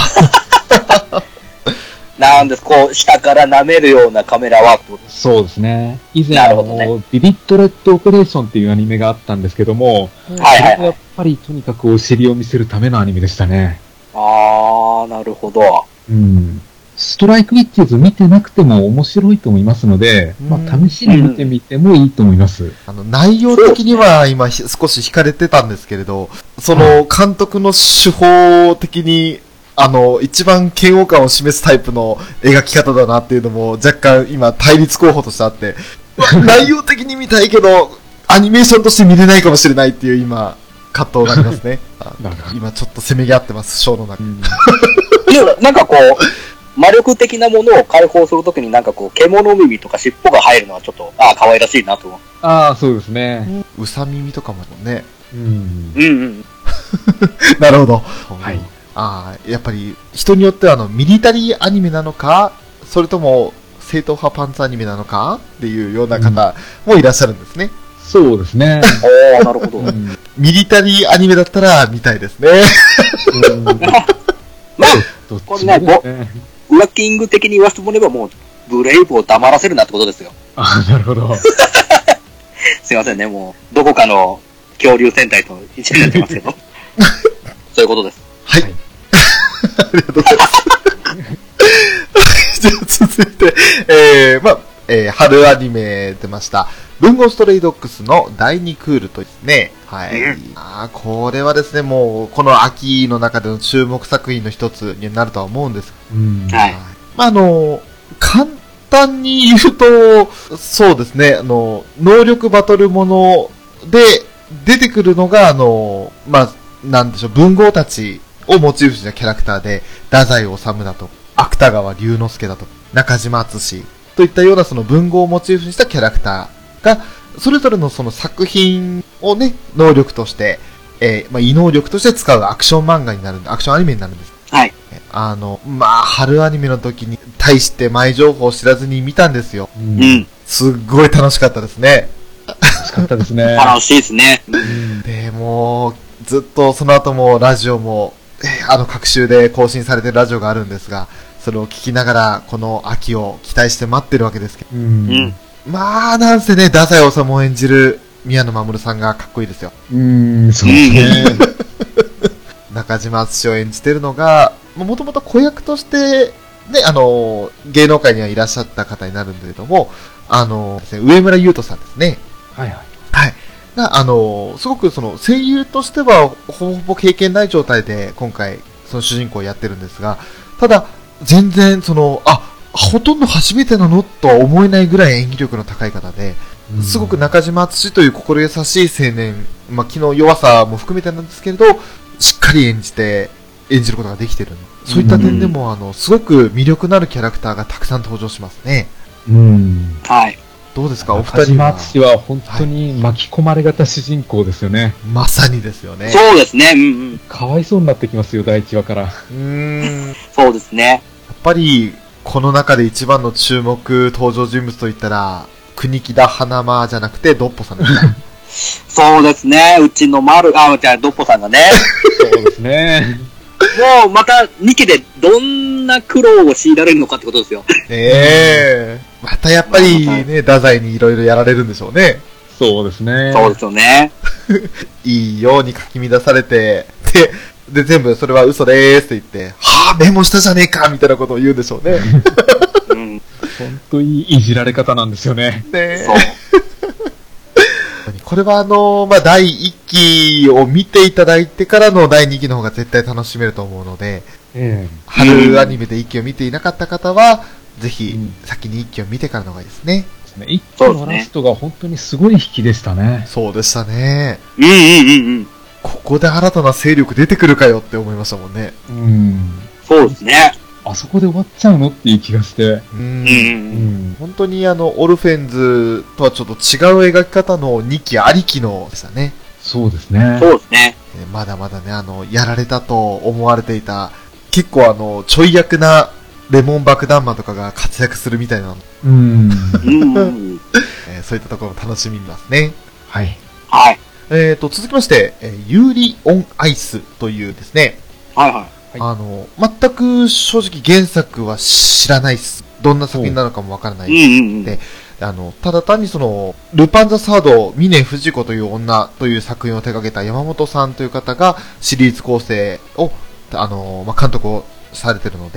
なんです、こう、下から舐めるようなカメラワークってことです。 そうですね。以前、あなるほどねの、ビビットレッドオペレーションっていうアニメがあったんですけども、 はいはいはいそれがやっ。ぱりとにかくお尻を見せるためのアニメでしたね。 あー、なるほど。 うん。 ストライクウィッチーズ見てなくても面白いと思いますので、まあ、試しに見てみてもいいと思います。 あの、内容的には今少し惹かれてたんですけれど、その監督の手法的に、あの、一番嫌悪感を示すタイプの描き方だなっていうのも若干今対立候補としてあって、内容的に見たいけど、アニメーションとして見れないかもしれないっていう今、葛藤がありますね。今ちょっとせめぎ合ってます、ショーの中。うん、 なんかこう、魔力的なものを解放するときになんかこう、獣耳とか尻尾が入るのはちょっと、ああ、可愛らしいなと思う。 ああ、そうですね。 うさ耳とかもね。 うん。 うんうん。 なるほど。 はい。 ああ、やっぱり人によってはあの、ミリタリーアニメなのか、それとも正統派パンツアニメなのかっていうような方もいらっしゃるんですね。 うん、そうですね。 おー、なるほど。うん、 ミリタリーアニメだったら見たいですね。 うん、まあ、これね、ぼ、ウラキング的に言わせてもらえばもう、ブレイブを黙らせるなってことですよ。 ああ、なるほど。 すいませんね、もう、どこかの恐竜戦隊と一緒になってますけど。そういうことです。 はい。はい、ありがとうございます。じゃあ続いて、えー、まあ、えー、春アニメ出ました。文豪ストレイドッグスのだいにクールとですね。はい。うん、あこれはですね、もう、この秋の中での注目作品の一つになるとは思うんです。 うん。はい。 まあ、あの、簡単に言うと、そうですね、あの、能力バトルもので出てくるのが、あの、まあ、なんでしょう、文豪たちをモチーフにしたキャラクターで、太宰治だと、芥川龍之介だと、中島敦といったようなその文豪をモチーフにしたキャラクターが、それぞれのその作品をね、能力として、えー、まあ、異能力として使うアクション漫画になるんで、アクションアニメになるんです。 はい。 あの、まあ、春アニメの時に対して前情報を知らずに見たんですよ。 うん。 すっごい楽しかったですね。 楽しかったですね。 楽しいですね。 で、もう、ずっとその後もラジオも、えー、あの、各週で更新されてるラジオがあるんですが、それを聞きながら、この秋を期待して待ってるわけですけど。 うん。 まあ、なんせね、太宰治を演じる宮野真守さんがかっこいいですよ。 うーん、そうですね。 中島敦を演じてるのが、もともと子役として、ね、あの、芸能界にはいらっしゃった方になるんだけども、あの、ですね、上村優斗さんですね。 はいはい。 はい。が、あの、すごくその声優としてはほぼほぼ経験ない状態で今回その主人公をやってるんですが、ただ全然その、あ、ほとんど初めてなのとは思えないぐらい演技力の高い方で、すごく中島敦という心優しい青年、まあ、気の弱さも含めてなんですけれど、しっかり演じて、演じることができてる。そういった点でも、あの、すごく魅力のあるキャラクターがたくさん登場しますね。 うん。 はい。 どうですか、お二人は。 中島敦は本当に巻き込まれ型主人公ですよね。 まさにですよね。 そうですね。うんうん。 かわいそうになってきますよ、第一話から。 うーん。 そうですね。 やっぱり、この中で一番の注目登場人物といったら、国木田花間じゃなくて、ドッポさんですか。 そうですね。うちの丸、あ、じゃあ、ドッポさんがね。 そうですね。 もう、また、にきでどんな苦労を強いられるのかってことですよ。 ええー。またやっぱりね、太宰にいろいろやられるんでしょうね。 そうですね。 そうですよね。 いいように書き乱されて、で、で、全部それは嘘でーすって言って、はぁ、メモしたじゃねえかみたいなことを言うんでしょうね。 うん。 本当にいじられ方なんですよね。 ねそう。 これはあの、まあ、だいいっきを見ていただいてからのだいにきの方が絶対楽しめると思うので、 ええ、 春アニメでいっきを見ていなかった方は、ぜひ、先にいっきを見てからの方がいいですね。 いっきのラストが本当にすごい引きでしたね。 そうでしたね。 うんうんうんうん。 ここで新たな勢力出てくるかよって思いましたもんね。 うん。 そうですね。 あそこで終わっちゃうのっていう気がして。 うん。うん、本当にあの、オルフェンズとはちょっと違う描き方のにきありきのでしたね。 そうですね。 そうですね。 まだまだね、あの、やられたと思われていた、結構あの、ちょい役なレモン爆弾魔とかが活躍するみたいな。 うん。 うんえー、そういったところも楽しみますね。 はい。 はい。 えーと、続きまして、えー、ユーリ・オン・アイスというですね。 はいはい。 あの、全く正直原作は知らないっす。どんな作品なのかもわからないで、 うんうんうん、 あの、ただ単にその、ルパンザサード、峰不二子という女という作品を手掛けた山本さんという方がシリーズ構成を、あの、まあ、監督をされてるので、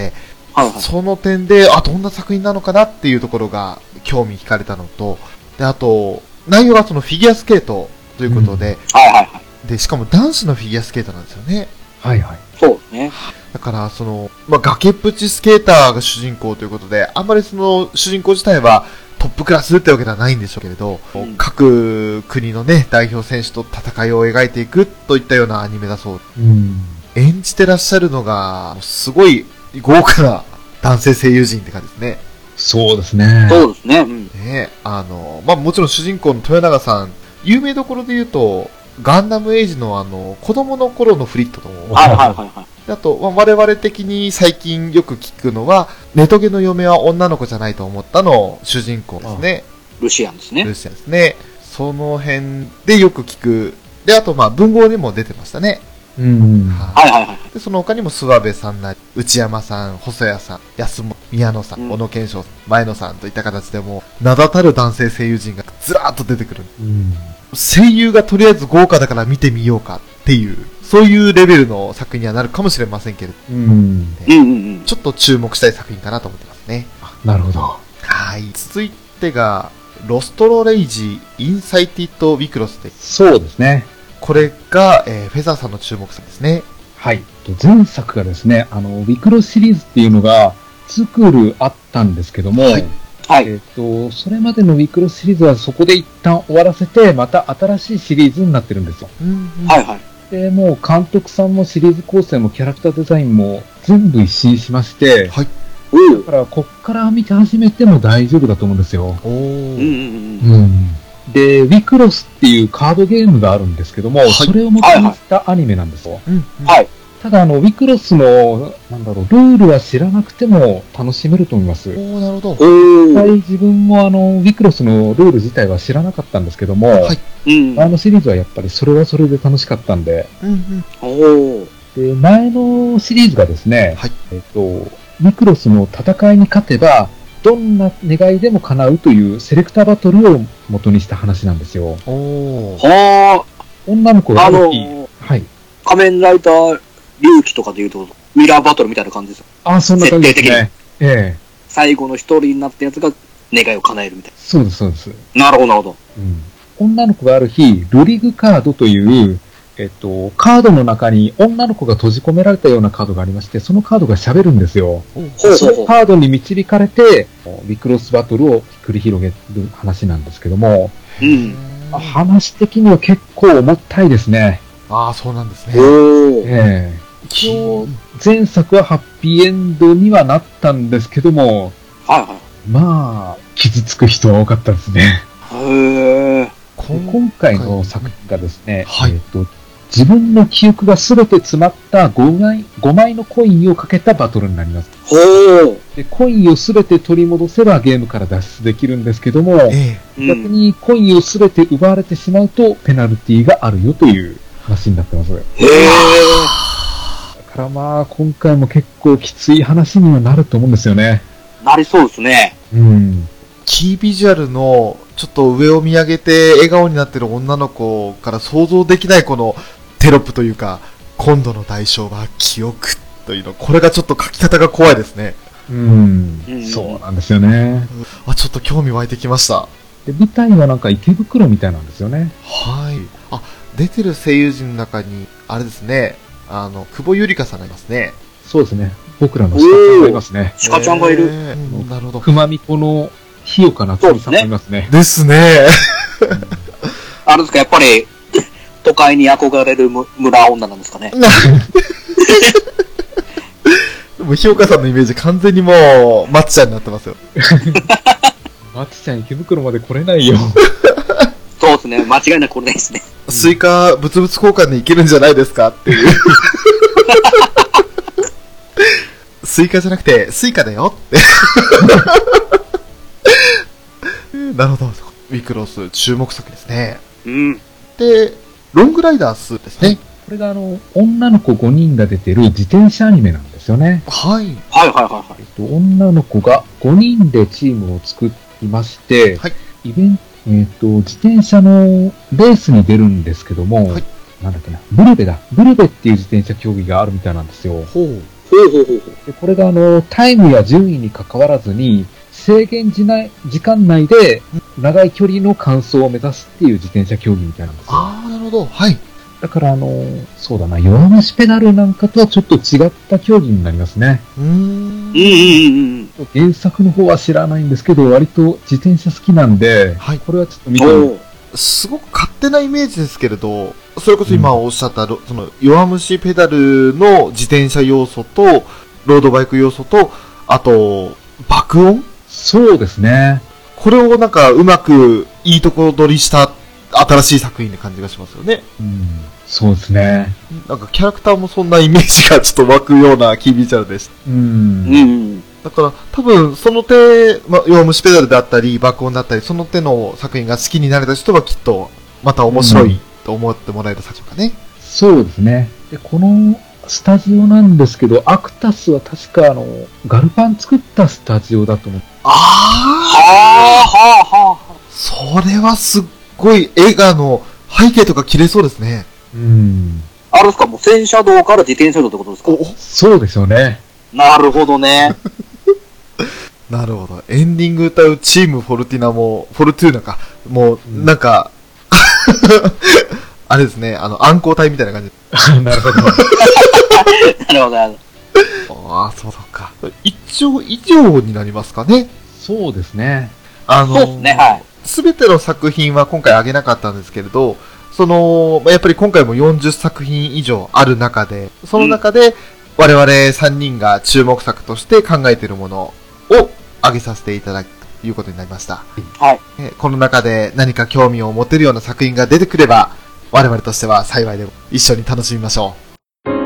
はいはい。 その点で、あ、どんな作品なのかなっていうところが興味惹かれたのと、で、あと、内容がそのフィギュアスケートということで、 はいはいはい。 で、しかも男子のフィギュアスケートなんですよね。 はいはい。 そうですね。 だから、その、まあ、崖っぷちスケーターが主人公ということで、あんまりその、主人公自体はトップクラスってわけではないんでしょうけれど、 うん各国のね、代表選手と戦いを描いていくといったようなアニメだそうで、 うん。 演じてらっしゃるのが、すごい豪華な男性声優陣って感じですね。 そうですね。 そうですね。うん。 ねあの、まあ、もちろん主人公の豊永さん、有名どころで言うと、ガンダムエイジのあの、子供の頃のフリットと、 はいはいはいはい。 あと、まあ、我々的に最近よく聞くのは、ネトゲの嫁は女の子じゃないと思ったの主人公ですね。 ルシアンですね。 ルシアンですね。その辺でよく聞く。で、あと、まあ、文豪にも出てましたね。 うん。 はいはいはい。 で、その他にも諏訪部さんなり、内山さん、細谷さん、安本、宮野さん、 うん小野賢章さん、前野さんといった形でもう、名だたる男性声優陣がずらーっと出てくる。 うん。 声優がとりあえず豪華だから見てみようかっていう、そういうレベルの作品にはなるかもしれませんけれど、 うん。 うんうんうん。 ちょっと注目したい作品かなと思ってますね。 なるほど。 はい。続いてが、ロストロレイジ・インサイティッド・ウィクロスで、 そうですね。 これが、えーフェザーさんの注目作ですね。 はい。前作がですね、あの、ウィクロスシリーズっていうのが、ツークールあったんですけども、 はいはい。 えっ、と、それまでのウィクロスシリーズはそこで一旦終わらせて、また新しいシリーズになってるんですよ。 うんうんはいはい。 で、もう監督さんもシリーズ構成もキャラクターデザインも全部一新しまして、 はい。 うん。 だからこっから見て始めても大丈夫だと思うんですよ。 おー。 うんうんうん。 うん。で、ウィクロスっていうカードゲームがあるんですけども、 はいそれを元にしたアニメなんですよ。 うんうんはい。 ただ、あの、ウィクロスの、なんだろう、ルールは知らなくても楽しめると思います。 おー、なるほど。 おー。 実際自分もあの、ウィクロスのルール自体は知らなかったんですけども、 はいうん。 あのシリーズはやっぱりそれはそれで楽しかったんで、 うんうん。 おー。 で、前のシリーズがですね、 はい。 えっと、ウィクロスの戦いに勝てば、どんな願いでも叶うというセレクターバトルを元にした話なんですよ。 おー。 は女の子があ。あのある日、はい。 仮面ライダー龍騎とかで言うと、ミラーバトルみたいな感じですよ。 あ、そんな感じです設定ね。ええ。 最後の一人になったやつが願いを叶えるみたいそうです、そうです。 な。なるほど、なるほど。 うん。女の子がある日、ルリグカードという、えっと、カードの中に女の子が閉じ込められたようなカードがありまして、そのカードが喋るんですよ。 ほうほうほう。 そのカードに導かれて、ウィクロスバトルを繰り広げる話なんですけども、 うん。 話的には結構重たいですね。 ああ、そうなんですね。 おー。 ええ一応、前作はハッピーエンドにはなったんですけども、 はいはまあ、傷つく人は多かったですね。 い。へー。 こん今回の作品がですね、 はいえっと、自分の記憶がすべて詰まったごまい、ごまいのコインをかけたバトルになります。 ほー。 でコインをすべて取り戻せばゲームから脱出できるんですけども、 ええ。 逆にコインをすべて奪われてしまうとペナルティがあるよという話になってます。だへー。 からまあ、今回も結構きつい話にはなると思うんですよね。 なりそうですね。 うん。 キービジュアルの、ちょっと上を見上げて笑顔になってる女の子から想像できないこのテロップというか、今度の代償は記憶というの、これがちょっと書き方が怖いですね。 うんうんそうなんですよね。 あ、ちょっと興味湧いてきました。 で、舞台はなんか池袋みたいなんですよね。 はい。あ、出てる声優陣の中に、あれですね、あの、久保ゆりかさんがいますね。 そうですね。僕らの鹿ちゃんがいますね。 鹿ちゃんがいる。 えーうんなるほど。 熊みこの日岡夏美さんもいますね。 ですね。 あれですか、やっぱり、都会に憧れるむ村女なんですかね。 もう、ひおかさんのイメージ完全にもう、まっちゃんになってますよ。 まつちゃん池袋まで来れないよ。 そうですね、間違いなくこれですね。 スイカ、物々交換に行けるんじゃないですかっていう。スイカじゃなくて、スイカだよって。なるほど。ウィクロス、注目作ですね。 うん。 で、ロングライダースですね。 これがあの、女の子ごにんが出てる自転車アニメなんですよね。 はい。 はいはいはいはいえ。っと、女の子がごにんでチームを作りまして、 はいイベント、えっと、自転車のレースに出るんですけども、 はいなんだっけな、ブルベだ。ブルベっていう自転車競技があるみたいなんですよ。 ほう。 ほうほうほうほう。 でこれがあの、タイムや順位に関わらずに、制限時内時間内で長い距離の完走を目指すっていう自転車競技みたいなんですよ。 ああ、なるほど。はい。 だからあの、そうだな、弱虫ペダルなんかとはちょっと違った競技になりますね。 うーん。 うんうんうんうん。 原作の方は知らないんですけど、割と自転車好きなんで、 はいこれはちょっと見てみおうすごく勝手なイメージですけれど、それこそ今おっしゃった、その弱虫ペダルの自転車要素と、ロードバイク要素と、あと、爆音そうですね。 これをなんかうまくいいところ取りした新しい作品って感じがしますよね。 うん、そうですね。 なんかキャラクターもそんなイメージがちょっと湧くようなキービジュアルでした。 う。 うんん。 だから多分その手、ま、弱虫ペダルであったり、爆音だったり、その手の作品が好きになれた人はきっとまた面白いと思ってもらえる作品かね。 そうですね。で、このスタジオなんですけど、アクタスは確かあの、ガルパン作ったスタジオだと思って。 あはあはあはあ。 あ、それはすっごい映画の背景とか綺麗そうですね。 うん。 あれですか、もう戦車道から自転車道ってことですか？ お、 そうですよね。 なるほどね。 なるほど。エンディング歌うチームフォルティナも、フォルトゥーナか。もう、なんか、あれですね、あの、暗号体みたいな感じ。 なるほど。 なるほどなるほああ、そうか。一応以上になりますかね。 そうですね。 あど。そうですね、はい。 すべての作品は今回あげなかったんですけれど、その、まあやっぱり今回もよんじゅっさく品以上ある中で、その中で我々さんにんが注目作として考えているものをあげさせていただくということになりました。 はい。 えこの中で何か興味を持てるような作品が出てくれば、我々としては幸いで一緒に楽しみましょう。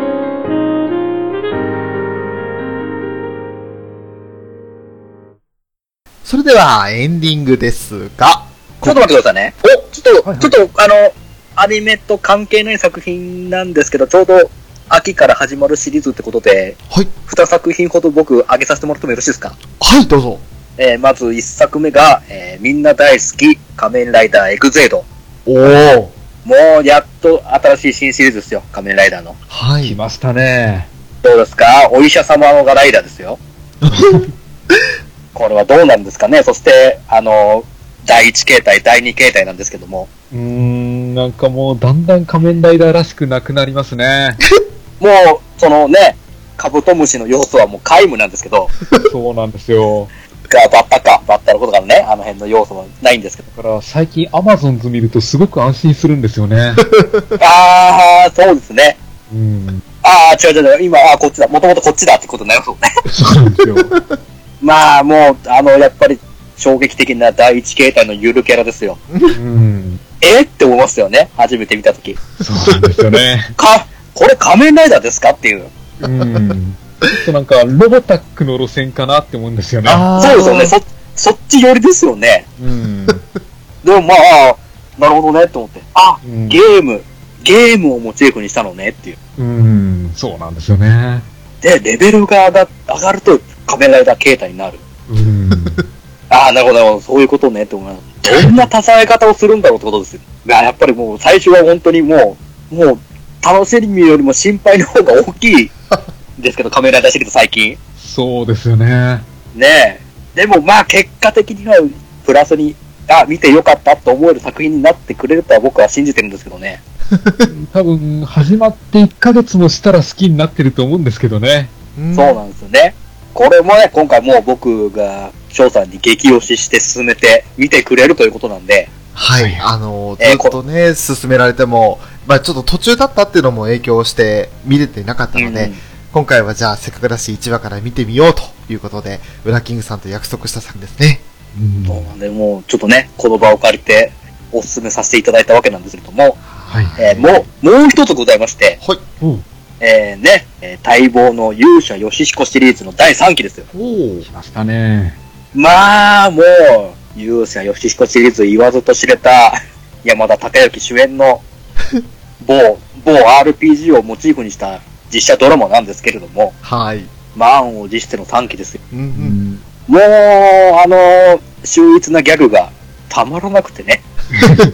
それではエンディングですが、 ちょっと待ってくださいね。お、ちょっと、 はいはいちょっと、あの、アニメと関係ない作品なんですけど、ちょうど秋から始まるシリーズってことで、 はい。 にさく品ほど僕上げさせてもらってもよろしいですか？ はい、どうぞ。 えー、まずいっさくめが、えー、みんな大好き仮面ライダーエグゼード。 おー。 もうやっと新しい新シリーズですよ、仮面ライダーの。 はい。 来ましたね。 どうですか？お医者様のがライダーですよ。これはどうなんですかね。そして、あの、だいいち形態、だいに形態なんですけども。 うーん、なんかもうだんだん仮面ライダーらしくなくなりますね。 もう、そのね、カブトムシの要素はもう皆無なんですけど、 そうなんですよ。 がバッタか、バッタのことからね、あの辺の要素はないんですけど。 だから最近アマゾンズ見るとすごく安心するんですよね。 あー、そうですね。 うん。 あー、違う違う違う、今、あー、こっちだ。もともとこっちだってことになりますもんね。 そうなんですよ。 まあ、もう、あの、やっぱり、衝撃的なだいいち形態のゆるキャラですよ。 うん。 えって思いますよね。初めて見たとき。 そうなんですよね。 か、これ仮面ライダーですかっていう。 うん。ちょっとなんかロボタックの路線かなって思うんですよね。 あーそうですよね。そ、そっち寄りですよね。 うん。 でもまあ、なるほどねって思って。あ、 うんゲーム、ゲームをモチーフにしたのねっていう。 うん。そうなんですよね。 で、レベルが上が上がると仮面ライダー形態になる。 うん。 ああ、なるほど、なるほど、そういうことねって思います。どんな多彩方をするんだろうってことですよ。いや、やっぱりもう最初は本当にもう、もう、楽しみよりも心配の方が大きいですけど、仮面ライダーシリーズ最近。 そうですよね。 ねえ。でもまあ結果的にはプラスに、あ、見てよかったと思える作品になってくれるとは僕は信じてるんですけどね。 多分、始まっていっかげつもしたら好きになってると思うんですけどね。 うんそうなんですよね。これもね、今回もう僕が翔さんに激推しして進めて見てくれるということなんで、 はい。あの、ずえーっとね、進められても、まあちょっと途中だったっていうのも影響して見れてなかったので、 うん今回はじゃあせっかくだしいちわから見てみようということで、ウラキングさんと約束した作品ですね。 うんそうなんで、もうちょっとね、この場を借りてお勧めさせていただいたわけなんですけれども、 はい。 えーもう、もう一つございまして、 はい。 おうえー、ね、えー待望の勇者ヨシヒコシリーズのだいさんきですよ。 おー来ましたね。 まあ、もう、勇者ヨシヒコシリーズ言わずと知れた山田孝之主演の某、某 アールピージー をモチーフにした実写ドラマなんですけれども、 はい。 満を持してのさんきですよ。 うんう。 うんん。 もう、あの、秀逸なギャグがたまらなくてね。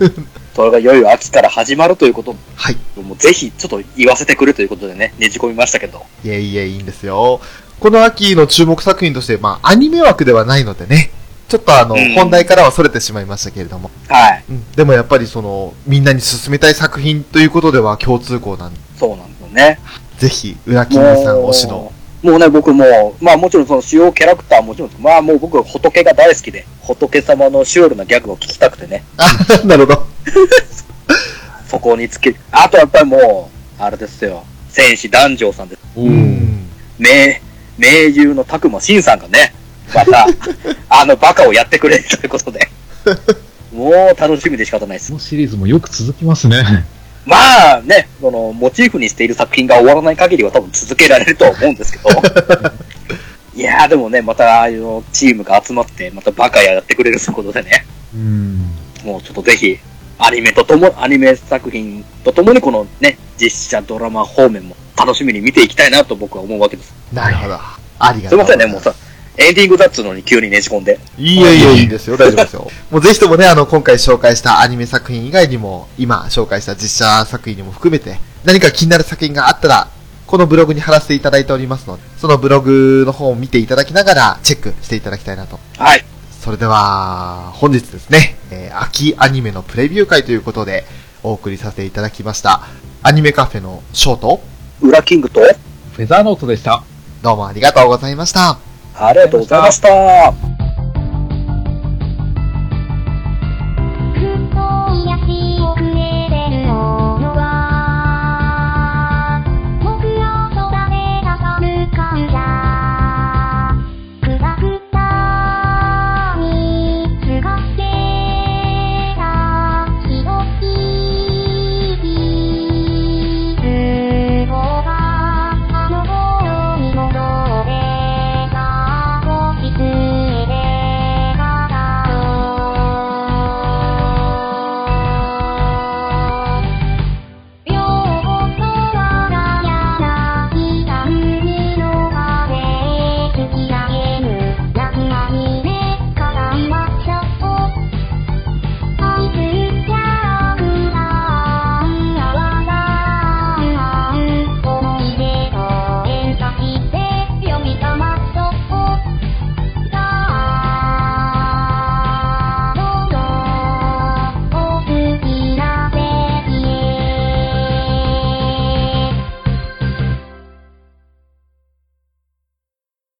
それがいよいよ秋から始まるということはい。 もうぜひちょっと言わせてくれということでね、ねじ込みましたけど。 いえいえ、いいんですよ。この秋の注目作品として、まあ、アニメ枠ではないのでね、ちょっとあの、 うん本題からは逸れてしまいましたけれども。 はい。 うん。でもやっぱりその、みんなに勧めたい作品ということでは共通項なんで、 そうなんですよね。 ぜひ、ウラキングさん推しの。 もうね、僕も、まあもちろんその主要キャラクターはもちろん、まあもう僕は仏が大好きで、仏様のシュールなギャグを聞きたくてね。 あ、なるほど。 そこにつけ、あとやっぱりもう、あれですよ、戦士団長さんです。 うん。 名、名優の拓馬慎さんがね、また、あのバカをやってくれるということで、もう楽しみで仕方ないですこ。のシリーズもよく続きますね。 まあね、その、モチーフにしている作品が終わらない限りは多分続けられるとは思うんですけど、いやーでもね、またああいうチームが集まって、またバカやってくれるということでね、 うん。 もうちょっとぜひ、アニメととも、アニメ作品とともにこのね、実写ドラマ方面も楽しみに見ていきたいなと僕は思うわけです。 なるほど。ありがすいうませんね、 とございます。 もうさ、エンディングだっつうのに急にねじ込んで。 いえいえ、いいですよ、大丈夫ですよ。もうぜひともね、あの、今回紹介したアニメ作品以外にも、今紹介した実写作品にも含めて、何か気になる作品があったら、このブログに貼らせていただいておりますので、そのブログの方を見ていただきながら、チェックしていただきたいなと。 はい。 それでは、本日ですね、えー秋アニメのプレビュー会ということで、お送りさせていただきました。アニメカフェのショート、 ウラキングと、 フェザーノートでした。 どうもありがとうございました。 ありがとうございました。